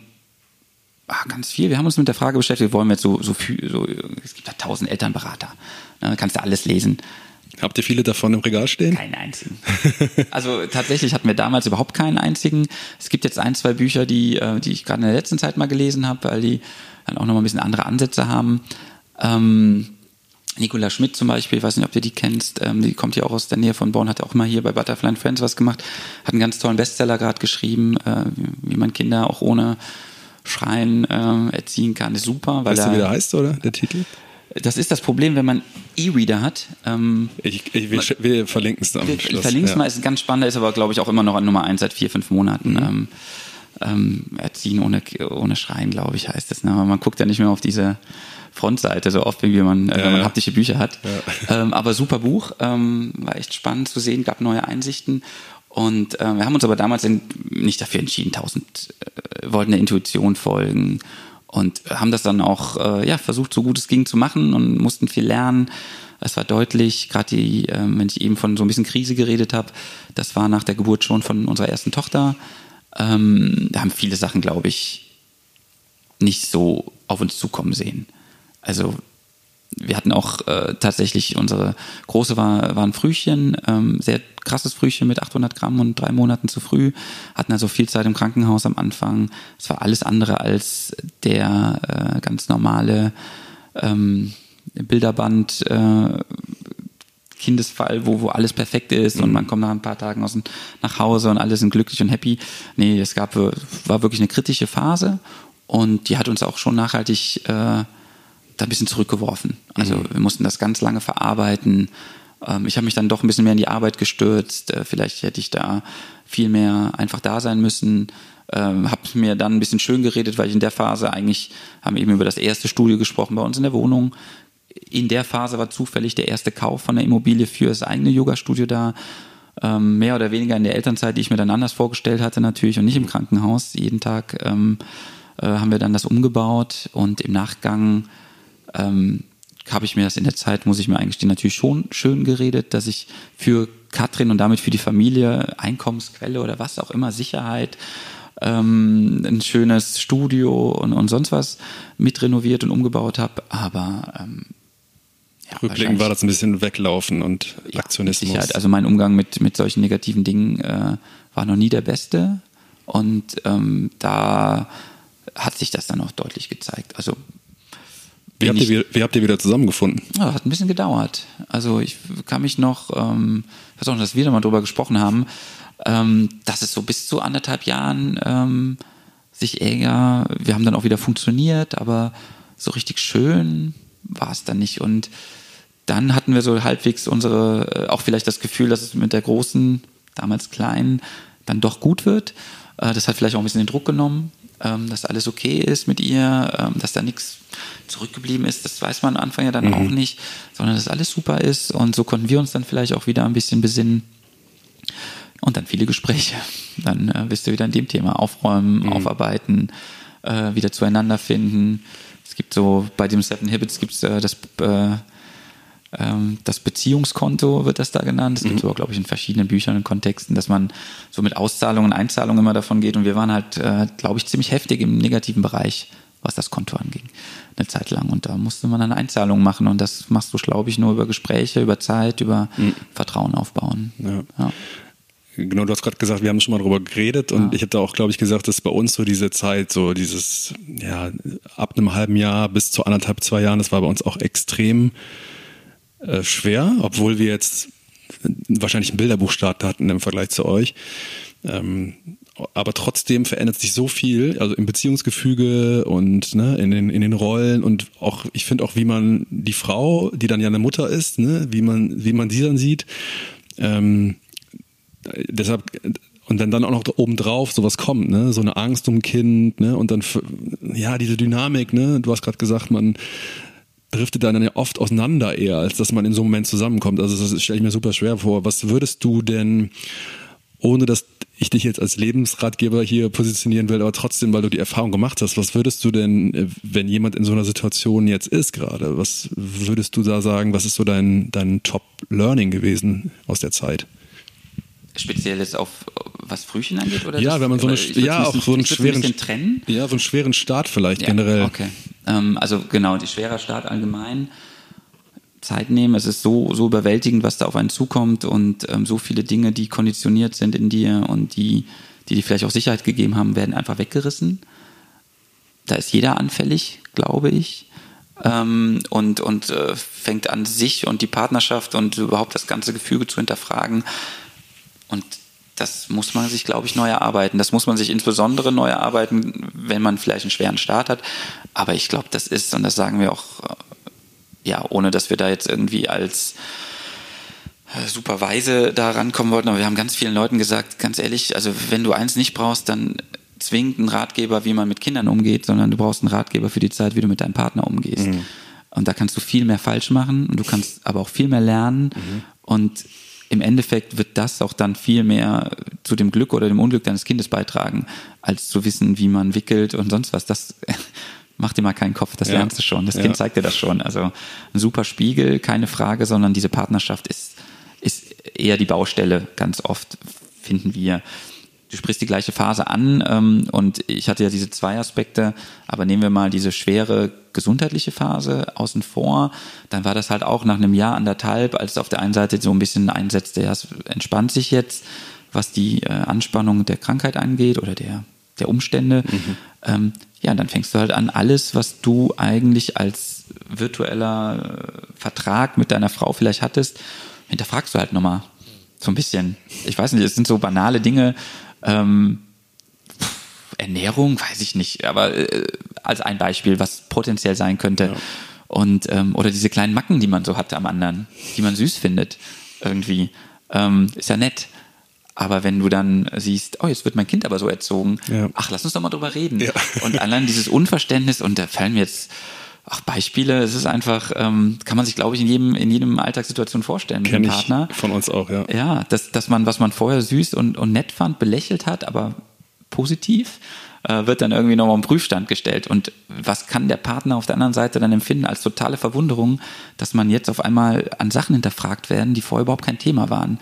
Ah, ganz viel. Wir haben uns mit der Frage beschäftigt, wollen wir jetzt so, so viel, so, es gibt ja tausend Elternberater. Da kannst du alles lesen. Habt ihr viele davon im Regal stehen? Keinen einzigen. Also tatsächlich hatten wir damals überhaupt keinen einzigen. Es gibt jetzt ein, zwei Bücher, die, die ich gerade in der letzten Zeit mal gelesen habe, weil die dann auch nochmal ein bisschen andere Ansätze haben. Ähm, Nicola Schmidt zum Beispiel, ich weiß nicht, ob du die kennst, ähm, die kommt ja auch aus der Nähe von Bonn, hat auch mal hier bei Butterfly and Friends was gemacht, hat einen ganz tollen Bestseller gerade geschrieben, äh, wie man Kinder auch ohne Schreien äh, erziehen kann, ist super. Weil weißt du, er, wie der heißt, oder? Der Titel? Das ist das Problem, wenn man E-Reader hat. Ähm, ich, ich, wir, wir verlinken es dann am wir, Schluss. Verlinken es ja. mal, ist ganz spannend, ist aber, glaube ich, auch immer noch an Nummer eins seit vier, fünf Monaten. Mhm. Ähm, ähm, Erziehen ohne, ohne Schreien, glaube ich, heißt es. Ne? Aber man guckt ja nicht mehr auf diese Frontseite so oft, wie man, äh, ja, wenn man ja. haptische Bücher hat. Ja. Ähm, aber super Buch, ähm, war echt spannend zu sehen, gab neue Einsichten. Und äh, wir haben uns aber damals in, nicht dafür entschieden, tausend äh, wollten der Intuition folgen und haben das dann auch äh, ja, versucht, so gut es ging zu machen und mussten viel lernen. Es war deutlich, gerade die, äh, wenn ich eben von so ein bisschen Krise geredet habe, das war nach der Geburt schon von unserer ersten Tochter. Ähm, da haben viele Sachen, glaube ich, nicht so auf uns zukommen sehen. Also wir hatten auch äh, tatsächlich, unsere Große war, war ein Frühchen, ähm, sehr krasses Frühchen mit achthundert Gramm und drei Monaten zu früh, hatten also viel Zeit im Krankenhaus am Anfang. Es war alles andere als der äh, ganz normale ähm, Bilderband äh, Kindesfall, wo, wo alles perfekt ist mhm. und man kommt nach ein paar Tagen aus dem, nach Hause und alle sind glücklich und happy. Nee, es gab, war wirklich eine kritische Phase und die hat uns auch schon nachhaltig äh, da ein bisschen zurückgeworfen. Also mhm. wir mussten das ganz lange verarbeiten. Ähm, ich habe mich dann doch ein bisschen mehr in die Arbeit gestürzt. Äh, vielleicht hätte ich da viel mehr einfach da sein müssen. Ähm, habe mir dann ein bisschen schön geredet, weil ich in der Phase eigentlich, haben wir eben über das erste Studio gesprochen bei uns in der Wohnung. In der Phase war zufällig der erste Kauf von der Immobilie für das eigene Yoga-Studio da. Ähm, mehr oder weniger in der Elternzeit, die ich mir dann anders vorgestellt hatte natürlich und nicht im Krankenhaus. Jeden Tag ähm, äh, haben wir dann das umgebaut und im Nachgang Ähm, habe ich mir das in der Zeit, muss ich mir eingestehen, natürlich schon schön geredet, dass ich für Katrin und damit für die Familie Einkommensquelle oder was auch immer, Sicherheit, ähm, ein schönes Studio und, und sonst was mit renoviert und umgebaut habe, aber ähm, ja, rückblickend war das ein bisschen Weglaufen und ja, Aktionismus. Sicherheit. Also mein Umgang mit, mit solchen negativen Dingen äh, war noch nie der beste und ähm, da hat sich das dann auch deutlich gezeigt. Also Wie habt, ihr, wie habt ihr wieder zusammengefunden? Ja, hat ein bisschen gedauert. Also ich kann mich noch, ähm, ich weiß auch noch, dass wir da mal drüber gesprochen haben, ähm, dass es so bis zu anderthalb Jahren ähm, sich eher, wir haben dann auch wieder funktioniert, aber so richtig schön war es dann nicht. Und dann hatten wir so halbwegs unsere, äh, auch vielleicht das Gefühl, dass es mit der großen, damals kleinen, dann doch gut wird. Äh, das hat vielleicht auch ein bisschen den Druck genommen, ähm, dass alles okay ist mit ihr, ähm, dass da nichts zurückgeblieben ist, das weiß man am Anfang ja dann mhm. auch nicht, sondern dass alles super ist und so konnten wir uns dann vielleicht auch wieder ein bisschen besinnen und dann viele Gespräche. Dann äh, bist du wieder in dem Thema aufräumen, mhm. aufarbeiten, äh, wieder zueinander finden. Es gibt so, bei dem Seven Habits gibt es äh, das äh, ähm, das Beziehungskonto, wird das da genannt. Das mhm. gibt es aber, glaube ich, in verschiedenen Büchern und Kontexten, dass man so mit Auszahlungen, Einzahlungen immer davon geht und wir waren halt, äh, glaube ich, ziemlich heftig im negativen Bereich, was das Konto anging, eine Zeit lang. Und da musste man dann Einzahlungen machen und das machst du, glaube ich, nur über Gespräche, über Zeit, über mhm. Vertrauen aufbauen. Ja. Ja. Genau, du hast gerade gesagt, wir haben schon mal drüber geredet und ja. ich habe da auch, glaube ich, gesagt, dass bei uns so diese Zeit, so dieses, ja, ab einem halben Jahr bis zu anderthalb, zwei Jahren, das war bei uns auch extrem äh, schwer, obwohl wir jetzt wahrscheinlich einen Bilderbuchstart hatten im Vergleich zu euch. Ähm, aber trotzdem verändert sich so viel, also im Beziehungsgefüge und ne, in den in den Rollen und auch, ich finde auch, wie man die Frau, die dann ja eine Mutter ist, ne, wie man wie man sie dann sieht, ähm, deshalb und dann dann auch noch obendrauf sowas kommt, ne, so eine Angst um ein Kind, ne, und dann ja diese Dynamik, ne, du hast gerade gesagt, man driftet dann ja oft auseinander eher, als dass man in so einem Moment zusammenkommt. Also das stelle ich mir super schwer vor. Was würdest du denn, ohne dass ich dich jetzt als Lebensratgeber hier positionieren will, aber trotzdem, weil du die Erfahrung gemacht hast, was würdest du denn, wenn jemand in so einer Situation jetzt ist gerade, was würdest du da sagen, was ist so dein, dein Top-Learning gewesen aus der Zeit? Speziell jetzt auf was Frühchen angeht? Oder ja, das, wenn man so eine, ja, auch so einen schweren, ein trennen. ja, so einen schweren Start vielleicht ja, generell. Okay. Ähm, also genau, die schwerer Start allgemein. Zeit nehmen, es ist so, so überwältigend, was da auf einen zukommt und ähm, so viele Dinge, die konditioniert sind in dir und die, die dir vielleicht auch Sicherheit gegeben haben, werden einfach weggerissen. Da ist jeder anfällig, glaube ich. Ähm, und und äh, fängt an, sich und die Partnerschaft und überhaupt das ganze Gefüge zu hinterfragen. Und das muss man sich, glaube ich, neu erarbeiten. Das muss man sich insbesondere neu erarbeiten, wenn man vielleicht einen schweren Start hat. Aber ich glaube, das ist, und das sagen wir auch, ja, ohne dass wir da jetzt irgendwie als super weise da rankommen wollten, aber wir haben ganz vielen Leuten gesagt, ganz ehrlich, also wenn du eins nicht brauchst, dann zwingend einen Ratgeber, wie man mit Kindern umgeht, sondern du brauchst einen Ratgeber für die Zeit, wie du mit deinem Partner umgehst. Mhm. Und da kannst du viel mehr falsch machen und du kannst aber auch viel mehr lernen mhm. und im Endeffekt wird das auch dann viel mehr zu dem Glück oder dem Unglück deines Kindes beitragen, als zu wissen, wie man wickelt und sonst was. Das mach dir mal keinen Kopf, das ja. lernst du schon. Das ja. Kind zeigt dir das schon. Also ein super Spiegel, keine Frage, sondern diese Partnerschaft ist, ist eher die Baustelle, ganz oft finden wir. Du sprichst die gleiche Phase an ähm, und ich hatte ja diese zwei Aspekte, aber nehmen wir mal diese schwere gesundheitliche Phase außen vor, dann war das halt auch nach einem Jahr, anderthalb, als auf der einen Seite so ein bisschen einsetzte, ja, es entspannt sich jetzt, was die äh, Anspannung der Krankheit angeht oder der, der Umstände. Mhm. Ähm, ja, dann fängst du halt an, alles, was du eigentlich als virtueller äh, Vertrag mit deiner Frau vielleicht hattest, hinterfragst du halt nochmal so ein bisschen. Ich weiß nicht, es sind so banale Dinge, Ähm, Ernährung, weiß ich nicht, aber äh, als ein Beispiel, was potenziell sein könnte. Ja. Und ähm, oder diese kleinen Macken, die man so hat am anderen, die man süß findet, irgendwie. Ähm, ist ja nett. Aber wenn du dann siehst, oh, jetzt wird mein Kind aber so erzogen, ja. ach, lass uns doch mal drüber reden. Ja. Und allein dieses Unverständnis, und da fallen mir jetzt Ach, Beispiele, es ist einfach, ähm, kann man sich, glaube ich, in jedem, in jedem Alltagssituation vorstellen mit Kenn dem Partner. Ich von uns auch, ja. Ja, dass, dass man, was man vorher süß und, und nett fand, belächelt hat, aber positiv, äh, wird dann irgendwie nochmal auf den Prüfstand gestellt. Und was kann der Partner auf der anderen Seite dann empfinden als totale Verwunderung, dass man jetzt auf einmal an Sachen hinterfragt werden, die vorher überhaupt kein Thema waren.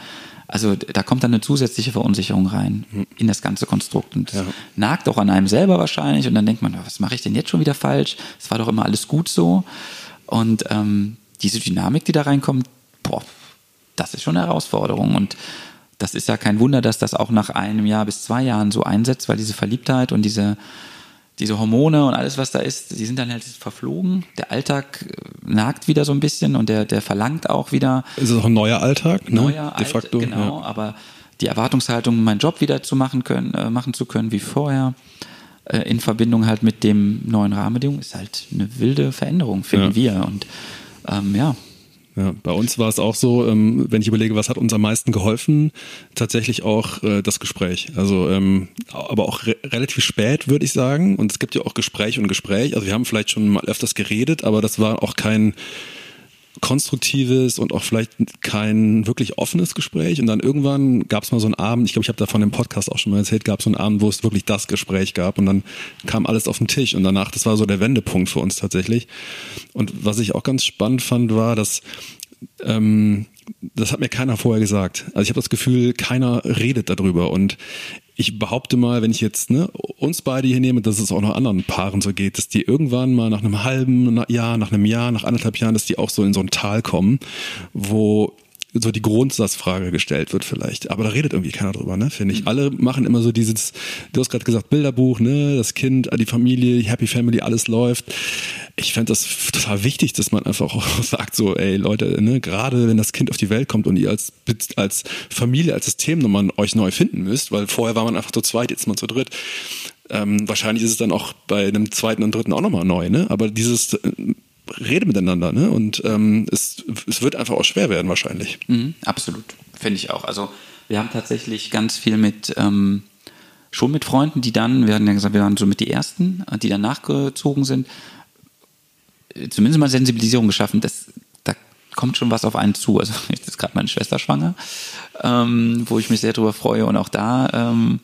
Also da kommt dann eine zusätzliche Verunsicherung rein mhm. in das ganze Konstrukt. Und das ja. nagt auch an einem selber wahrscheinlich. Und dann denkt man, was mache ich denn jetzt schon wieder falsch? Es war doch immer alles gut so. Und ähm, diese Dynamik, die da reinkommt, boah, das ist schon eine Herausforderung. Und das ist ja kein Wunder, dass das auch nach einem Jahr bis zwei Jahren so einsetzt, weil diese Verliebtheit und diese diese Hormone und alles, was da ist, die sind dann halt verflogen. Der Alltag nagt wieder so ein bisschen und der, der verlangt auch wieder. Ist es auch ein neuer Alltag, ne? Neuer De facto. Alt, genau, ja. aber die Erwartungshaltung, meinen Job wieder zu machen können, äh, machen zu können wie vorher, äh, in Verbindung halt mit dem neuen Rahmenbedingungen, ist halt eine wilde Veränderung, finden ja. wir. Und ähm, ja. Ja, bei uns war es auch so, ähm, wenn ich überlege, was hat uns am meisten geholfen, tatsächlich auch äh, das Gespräch. Also, ähm, aber auch re- relativ spät, würde ich sagen. Und es gibt ja auch Gespräch und Gespräch. Also wir haben vielleicht schon mal öfters geredet, aber das war auch kein konstruktives und auch vielleicht kein wirklich offenes Gespräch. Und dann irgendwann gab es mal so einen Abend, ich glaube, ich habe davon im Podcast auch schon mal erzählt, gab es so einen Abend, wo es wirklich das Gespräch gab und dann kam alles auf den Tisch und danach, das war so der Wendepunkt für uns tatsächlich. Und was ich auch ganz spannend fand, war, dass ähm, das hat mir keiner vorher gesagt. Also ich habe das Gefühl, keiner redet darüber und ich behaupte mal, wenn ich jetzt ne, uns beide hier nehme, dass es auch noch anderen Paaren so geht, dass die irgendwann mal nach einem halben Jahr, nach einem Jahr, nach anderthalb Jahren, dass die auch so in so ein Tal kommen, wo so die Grundsatzfrage gestellt wird vielleicht. Aber da redet irgendwie keiner drüber, ne, finde ich. Mhm. Alle machen immer so dieses, du hast gerade gesagt, Bilderbuch, ne, das Kind, die Familie, Happy Family, alles läuft. Ich fände das total wichtig, dass man einfach auch sagt so, ey Leute, ne, gerade wenn das Kind auf die Welt kommt und ihr als als Familie, als System nochmal euch neu finden müsst, weil vorher war man einfach zu zweit, jetzt mal zu dritt. Ähm, wahrscheinlich ist es dann auch bei einem zweiten und dritten auch nochmal neu, ne? Aber dieses äh, Rede miteinander, ne? Und ähm, es, es wird einfach auch schwer werden wahrscheinlich. Mhm, absolut, finde ich auch. Also wir haben tatsächlich ganz viel mit ähm, schon mit Freunden, die dann, wir hatten ja gesagt, wir waren so mit die Ersten, die dann nachgezogen sind, zumindest mal Sensibilisierung geschaffen, das, da kommt schon was auf einen zu. Also jetzt ist gerade meine Schwester schwanger, ähm, wo ich mich sehr drüber freue und auch da, ähm,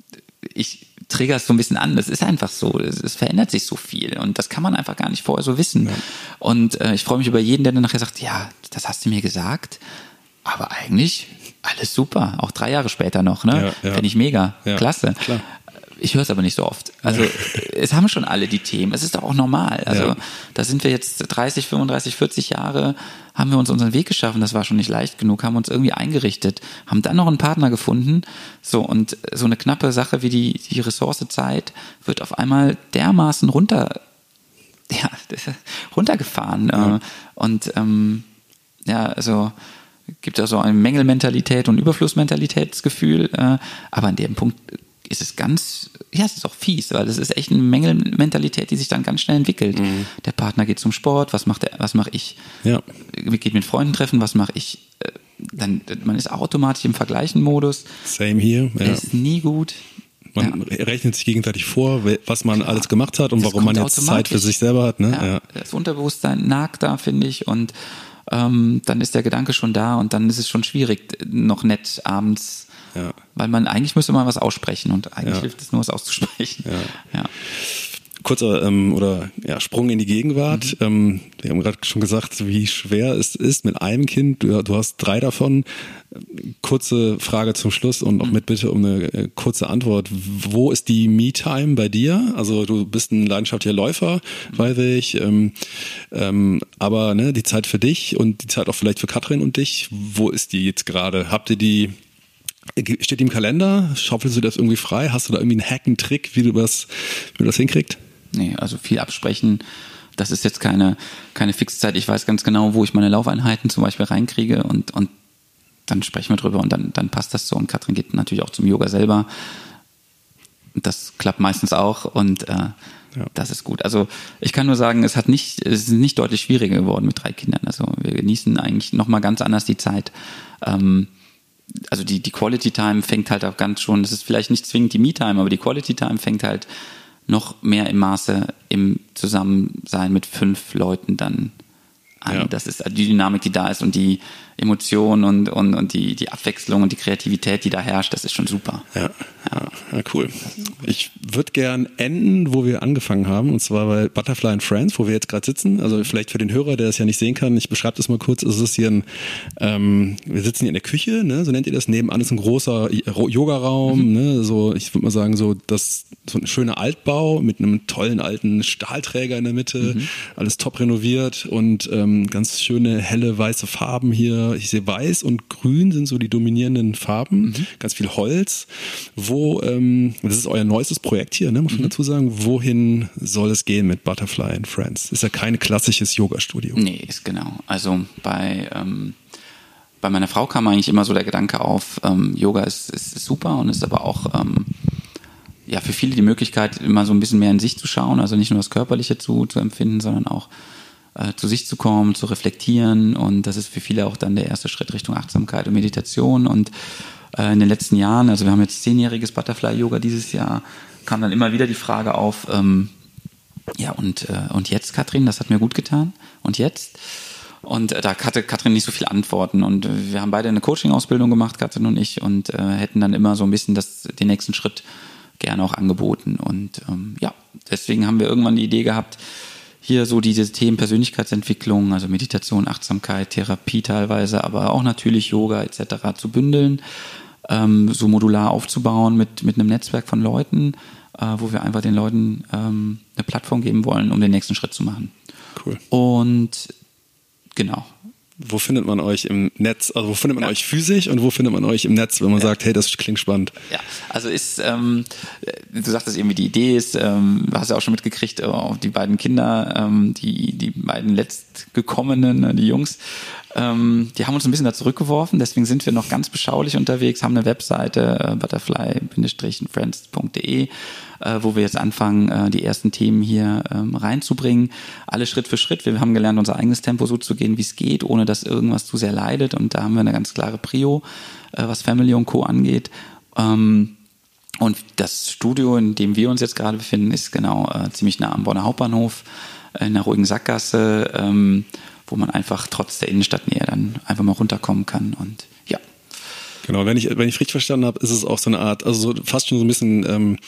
ich trigger es so ein bisschen an. Das ist einfach so, es, es verändert sich so viel und das kann man einfach gar nicht vorher so wissen. Ja. Und äh, ich freue mich über jeden, der dann nachher sagt, ja, das hast du mir gesagt, aber eigentlich alles super, auch drei Jahre später noch, ne? Ja, ja. Finde ich mega, ja, klasse. Klar. Ich höre es aber nicht so oft. Also ja. Es haben schon alle die Themen. Es ist doch auch normal. Also ja. Da sind wir jetzt dreißig, fünfunddreißig, vierzig Jahre, haben wir uns unseren Weg geschaffen. Das war schon nicht leicht genug, haben uns irgendwie eingerichtet, haben dann noch einen Partner gefunden. So, und so eine knappe Sache wie die, die Ressource Zeit wird auf einmal dermaßen runter, ja, runtergefahren. Ja. Und ähm, ja, also gibt ja so eine Mängelmentalität und Überflussmentalitätsgefühl. Äh, aber an dem Punkt ist es ganz, ja, es ist auch fies, weil es ist echt eine Mängelmentalität, die sich dann ganz schnell entwickelt. Mhm. Der Partner geht zum Sport, was macht er, was mache ich? Ja. Geht mit Freunden treffen, was mache ich? Dann, man ist automatisch im Vergleichen-Modus. Same hier. Ja. Ist nie gut. Man ja. rechnet sich gegenseitig vor, was man Klar. alles gemacht hat und das warum man jetzt Zeit für sich selber hat. Ne? Ja. Ja. Das Unterbewusstsein nagt da, finde ich, und ähm, dann ist der Gedanke schon da und dann ist es schon schwierig, noch nett abends. Ja. Weil man eigentlich müsste man was aussprechen und eigentlich ja. hilft es nur, was auszusprechen. Ja. Ja. Kurzer ähm, oder ja, Sprung in die Gegenwart. Mhm. Ähm, wir haben gerade schon gesagt, wie schwer es ist mit einem Kind. Du, du hast drei davon. Kurze Frage zum Schluss und auch mhm. mit Bitte um eine äh, kurze Antwort. Wo ist die Me-Time bei dir? Also du bist ein leidenschaftlicher Läufer, mhm. weiß ich. Ähm, ähm, aber ne, die Zeit für dich und die Zeit auch vielleicht für Katrin und dich, wo ist die jetzt gerade? Habt ihr die Steht die im Kalender? Schaufelst du das irgendwie frei? Hast du da irgendwie einen Hack, einen Trick, wie du das, wie du das hinkriegst? Nee, also viel absprechen. Das ist jetzt keine, keine Fixzeit. Ich weiß ganz genau, wo ich meine Laufeinheiten zum Beispiel reinkriege und, und dann sprechen wir drüber und dann, dann passt das so. Und Katrin geht natürlich auch zum Yoga selber. Das klappt meistens auch und äh, ja. Das ist gut. Also ich kann nur sagen, es hat nicht, es ist nicht deutlich schwieriger geworden mit drei Kindern. Also wir genießen eigentlich nochmal ganz anders die Zeit. Ähm, Also die, die Quality Time fängt halt auch ganz schon, das ist vielleicht nicht zwingend die Me-Time, aber die Quality Time fängt halt noch mehr im Maße im Zusammensein mit fünf Leuten dann an. Ja. Das ist die Dynamik, die da ist und die Emotionen und, und, und die, die Abwechslung und die Kreativität, die da herrscht, das ist schon super. Ja, ja. ja cool. Ich würde gern enden, wo wir angefangen haben, und zwar bei Butterfly and Friends, wo wir jetzt gerade sitzen. Also vielleicht für den Hörer, der das ja nicht sehen kann, ich beschreibe das mal kurz. Also es ist hier ein, ähm, wir sitzen hier in der Küche, ne, so nennt ihr das. Nebenan ist ein großer Yogaraum, mhm. ne, so, ich würde mal sagen, so das, so ein schöner Altbau mit einem tollen alten Stahlträger in der Mitte, mhm. alles top renoviert und ähm, ganz schöne helle weiße Farben hier. Ich sehe weiß und grün sind so die dominierenden Farben, mhm. ganz viel Holz. Wo, ähm, das ist euer neuestes Projekt hier, ne, muss man mhm. dazu sagen. Wohin soll es gehen mit Butterfly and Friends? Ist ja kein klassisches Yoga-Studio. Nee, ist genau. Also bei, ähm, bei meiner Frau kam eigentlich immer so der Gedanke auf, ähm, Yoga ist, ist, ist super und ist aber auch ähm, ja, für viele die Möglichkeit, immer so ein bisschen mehr in sich zu schauen, also nicht nur das Körperliche zu, zu empfinden, sondern auch äh, zu sich zu kommen, zu reflektieren, und das ist für viele auch dann der erste Schritt Richtung Achtsamkeit und Meditation. Und äh, in den letzten Jahren, also wir haben jetzt zehnjähriges Butterfly-Yoga dieses Jahr, kam dann immer wieder die Frage auf, ähm, ja und, äh, und jetzt, Katrin, das hat mir gut getan, und jetzt? Und äh, da hatte Katrin nicht so viele Antworten, und äh, wir haben beide eine Coaching-Ausbildung gemacht, Katrin und ich, und äh, hätten dann immer so ein bisschen das, den nächsten Schritt gerne auch angeboten. Und ähm, ja, deswegen haben wir irgendwann die Idee gehabt, hier so diese Themen Persönlichkeitsentwicklung, also Meditation, Achtsamkeit, Therapie teilweise, aber auch natürlich Yoga et cetera zu bündeln, ähm, so modular aufzubauen mit, mit einem Netzwerk von Leuten, äh, wo wir einfach den Leuten ähm, eine Plattform geben wollen, um den nächsten Schritt zu machen. Cool. Und genau. Wo findet man euch im Netz? Also wo findet man ja. euch physisch und wo findet man euch im Netz, wenn man ja. sagt, hey, das klingt spannend? Ja, also ist, ähm, du sagtest eben, wie die Idee ist, ähm, du hast ja auch schon mitgekriegt, oh, die beiden Kinder, ähm, die, die beiden letztgekommenen, die Jungs, ähm, die haben uns ein bisschen da zurückgeworfen, deswegen sind wir noch ganz beschaulich unterwegs, haben eine Webseite, äh, butterfly friends punkt de, äh, wo wir jetzt anfangen, äh, die ersten Themen hier ähm, reinzubringen. Alle Schritt für Schritt. Wir haben gelernt, unser eigenes Tempo so zu gehen, wie es geht, ohne dass irgendwas zu sehr leidet. Und da haben wir eine ganz klare Prio, äh, was Family und Co. angeht. Ähm, und das Studio, in dem wir uns jetzt gerade befinden, ist genau äh, ziemlich nah am Bonner Hauptbahnhof, äh, in einer ruhigen Sackgasse, ähm, wo man einfach trotz der Innenstadtnähe dann einfach mal runterkommen kann. Und ja. Genau, wenn ich, wenn ich richtig verstanden habe, ist es auch so eine Art, also so fast schon so ein bisschen ähm,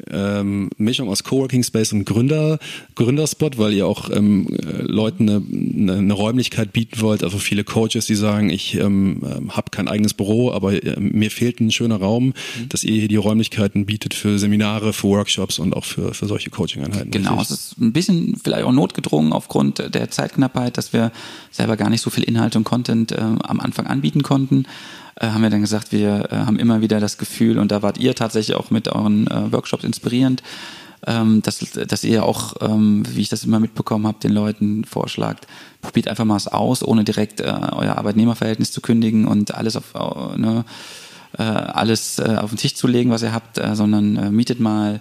ähm, Mischung aus Coworking Space und Gründer, Gründerspot, weil ihr auch ähm, Leuten eine, eine, eine Räumlichkeit bieten wollt. Also viele Coaches, die sagen, ich ähm, habe kein eigenes Büro, aber äh, mir fehlt ein schöner Raum, mhm. dass ihr hier die Räumlichkeiten bietet für Seminare, für Workshops und auch für, für solche Coaching-Einheiten. Genau, richtig? Es ist ein bisschen vielleicht auch notgedrungen aufgrund der Zeitknappheit, dass wir selber gar nicht so viel Inhalt und Content äh, am Anfang anbieten konnten. Haben wir dann gesagt, wir äh, haben immer wieder das Gefühl, und da wart ihr tatsächlich auch mit euren äh, Workshops inspirierend, ähm, dass, dass ihr auch, ähm, wie ich das immer mitbekommen habe, den Leuten vorschlagt, probiert einfach mal es aus, ohne direkt äh, euer Arbeitnehmerverhältnis zu kündigen und alles auf, äh, ne, äh, alles äh, auf den Tisch zu legen, was ihr habt, äh, sondern äh, mietet mal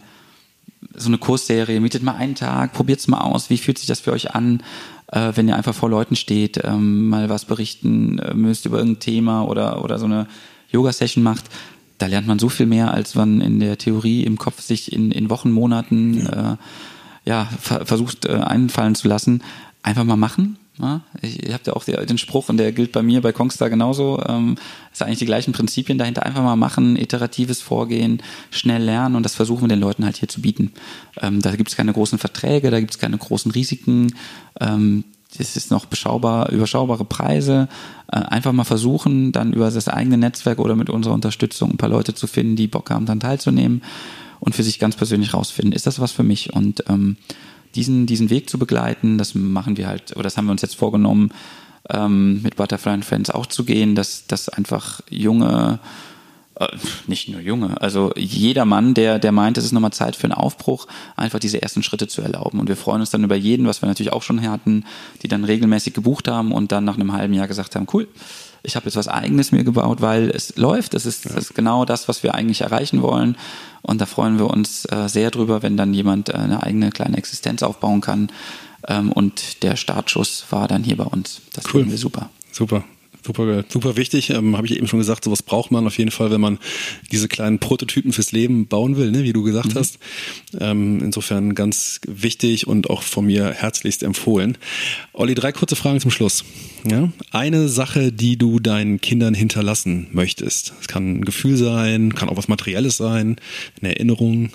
so eine Kursserie, mietet mal einen Tag, probiert es mal aus, wie fühlt sich das für euch an, äh, wenn ihr einfach vor Leuten steht, ähm, mal was berichten äh, müsst über irgendein Thema oder, oder so eine Yoga-Session macht. Da lernt man so viel mehr, als man in der Theorie im Kopf sich in, in Wochen, Monaten ja, äh, ja ver- versucht äh, einfallen zu lassen. Einfach mal machen. Ja? Ich, ihr habt ja auch die, den Spruch, und der gilt bei mir bei Kongstar genauso. Ähm, ist eigentlich die gleichen Prinzipien dahinter. Einfach mal machen, iteratives Vorgehen, schnell lernen, und das versuchen wir den Leuten halt hier zu bieten. Ähm, da gibt es keine großen Verträge, da gibt es keine großen Risiken. Ähm, es ist noch beschaubar, überschaubare Preise. Äh, einfach mal versuchen, dann über das eigene Netzwerk oder mit unserer Unterstützung ein paar Leute zu finden, die Bock haben, dann teilzunehmen und für sich ganz persönlich rausfinden, ist das was für mich? Und ähm, diesen, diesen Weg zu begleiten, das machen wir halt, oder das haben wir uns jetzt vorgenommen, ähm, mit Butterfly and Friends auch zu gehen, dass, dass einfach junge, äh, nicht nur junge, also jeder Mann, der, der meint, es ist nochmal Zeit für einen Aufbruch, einfach diese ersten Schritte zu erlauben. Und wir freuen uns dann über jeden, was wir natürlich auch schon hatten, die dann regelmäßig gebucht haben und dann nach einem halben Jahr gesagt haben, cool, ich habe jetzt was Eigenes mir gebaut, weil es läuft, es ist, ja. das ist genau das, was wir eigentlich erreichen wollen, und da freuen wir uns äh, sehr drüber, wenn dann jemand äh, eine eigene kleine Existenz aufbauen kann, ähm, und der Startschuss war dann hier bei uns. Das cool. finden wir super. Super. Super, super wichtig, ähm, habe ich eben schon gesagt, sowas braucht man auf jeden Fall, wenn man diese kleinen Prototypen fürs Leben bauen will, ne, wie du gesagt mhm. hast. Ähm, insofern ganz wichtig und auch von mir herzlichst empfohlen. Olli, drei kurze Fragen zum Schluss. Ja? Eine Sache, die du deinen Kindern hinterlassen möchtest. Es kann ein Gefühl sein, kann auch was Materielles sein, eine Erinnerung.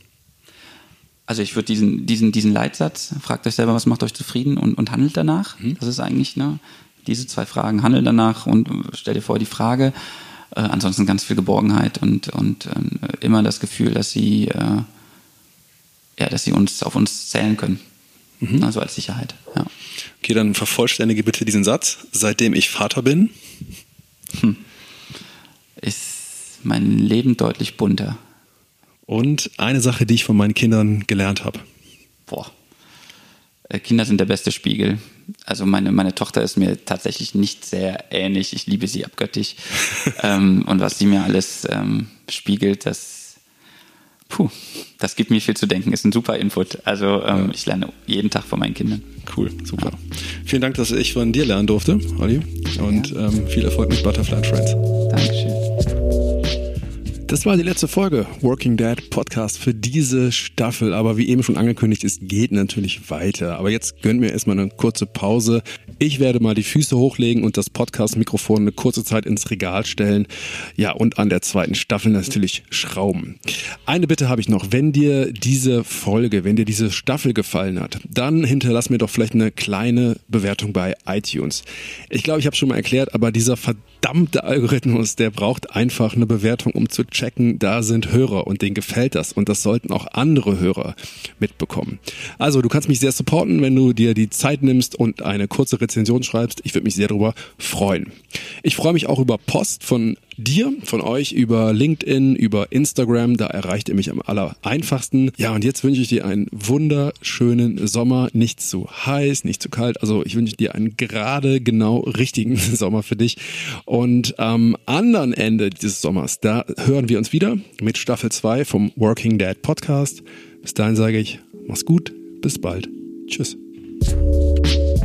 Also ich würde diesen, diesen, diesen Leitsatz, fragt euch selber, was macht euch zufrieden und, und handelt danach. Mhm. Das ist eigentlich, ne, diese zwei Fragen, handel danach und stell dir vor die Frage. Äh, ansonsten ganz viel Geborgenheit und, und äh, immer das Gefühl, dass sie, äh, ja, dass sie uns auf uns zählen können. Mhm. Also als Sicherheit. Ja. Okay, dann vervollständige bitte diesen Satz. Seitdem ich Vater bin, hm. ist mein Leben deutlich bunter. Und eine Sache, die ich von meinen Kindern gelernt habe. Boah. Kinder sind der beste Spiegel. Also meine, meine Tochter ist mir tatsächlich nicht sehr ähnlich. Ich liebe sie abgöttisch. ähm, und was sie mir alles ähm, spiegelt, das, puh, das gibt mir viel zu denken. Ist ein super Input. Also ähm, ja. ich lerne jeden Tag von meinen Kindern. Cool, super. Ja. Vielen Dank, dass ich von dir lernen durfte, Olli. Und ja. ähm, viel Erfolg mit Butterfly Friends. Dankeschön. Das war die letzte Folge Working Dad Podcast für diese Staffel, aber wie eben schon angekündigt, es geht natürlich weiter. Aber jetzt gönnen wir erstmal eine kurze Pause. Ich werde mal die Füße hochlegen und das Podcast-Mikrofon eine kurze Zeit ins Regal stellen. Ja, und an der zweiten Staffel natürlich schrauben. Eine Bitte habe ich noch. Wenn dir diese Folge, wenn dir diese Staffel gefallen hat, dann hinterlass mir doch vielleicht eine kleine Bewertung bei iTunes. Ich glaube, ich habe es schon mal erklärt, aber dieser verdammte Algorithmus, der braucht einfach eine Bewertung, um zu checken, da sind Hörer und denen gefällt das und das sollten auch andere Hörer mitbekommen. Also du kannst mich sehr supporten, wenn du dir die Zeit nimmst und eine kurze Rezension schreibst. Ich würde mich sehr darüber freuen. Ich freue mich auch über Post von dir, von euch, über LinkedIn, über Instagram, da erreicht ihr mich am aller einfachsten. Ja, und jetzt wünsche ich dir einen wunderschönen Sommer, nicht zu heiß, nicht zu kalt, also ich wünsche dir einen gerade genau richtigen Sommer für dich und am anderen Ende dieses Sommers, da hören wir uns wieder mit Staffel zwei vom Working Dad Podcast. Bis dahin sage ich, mach's gut, bis bald. Tschüss.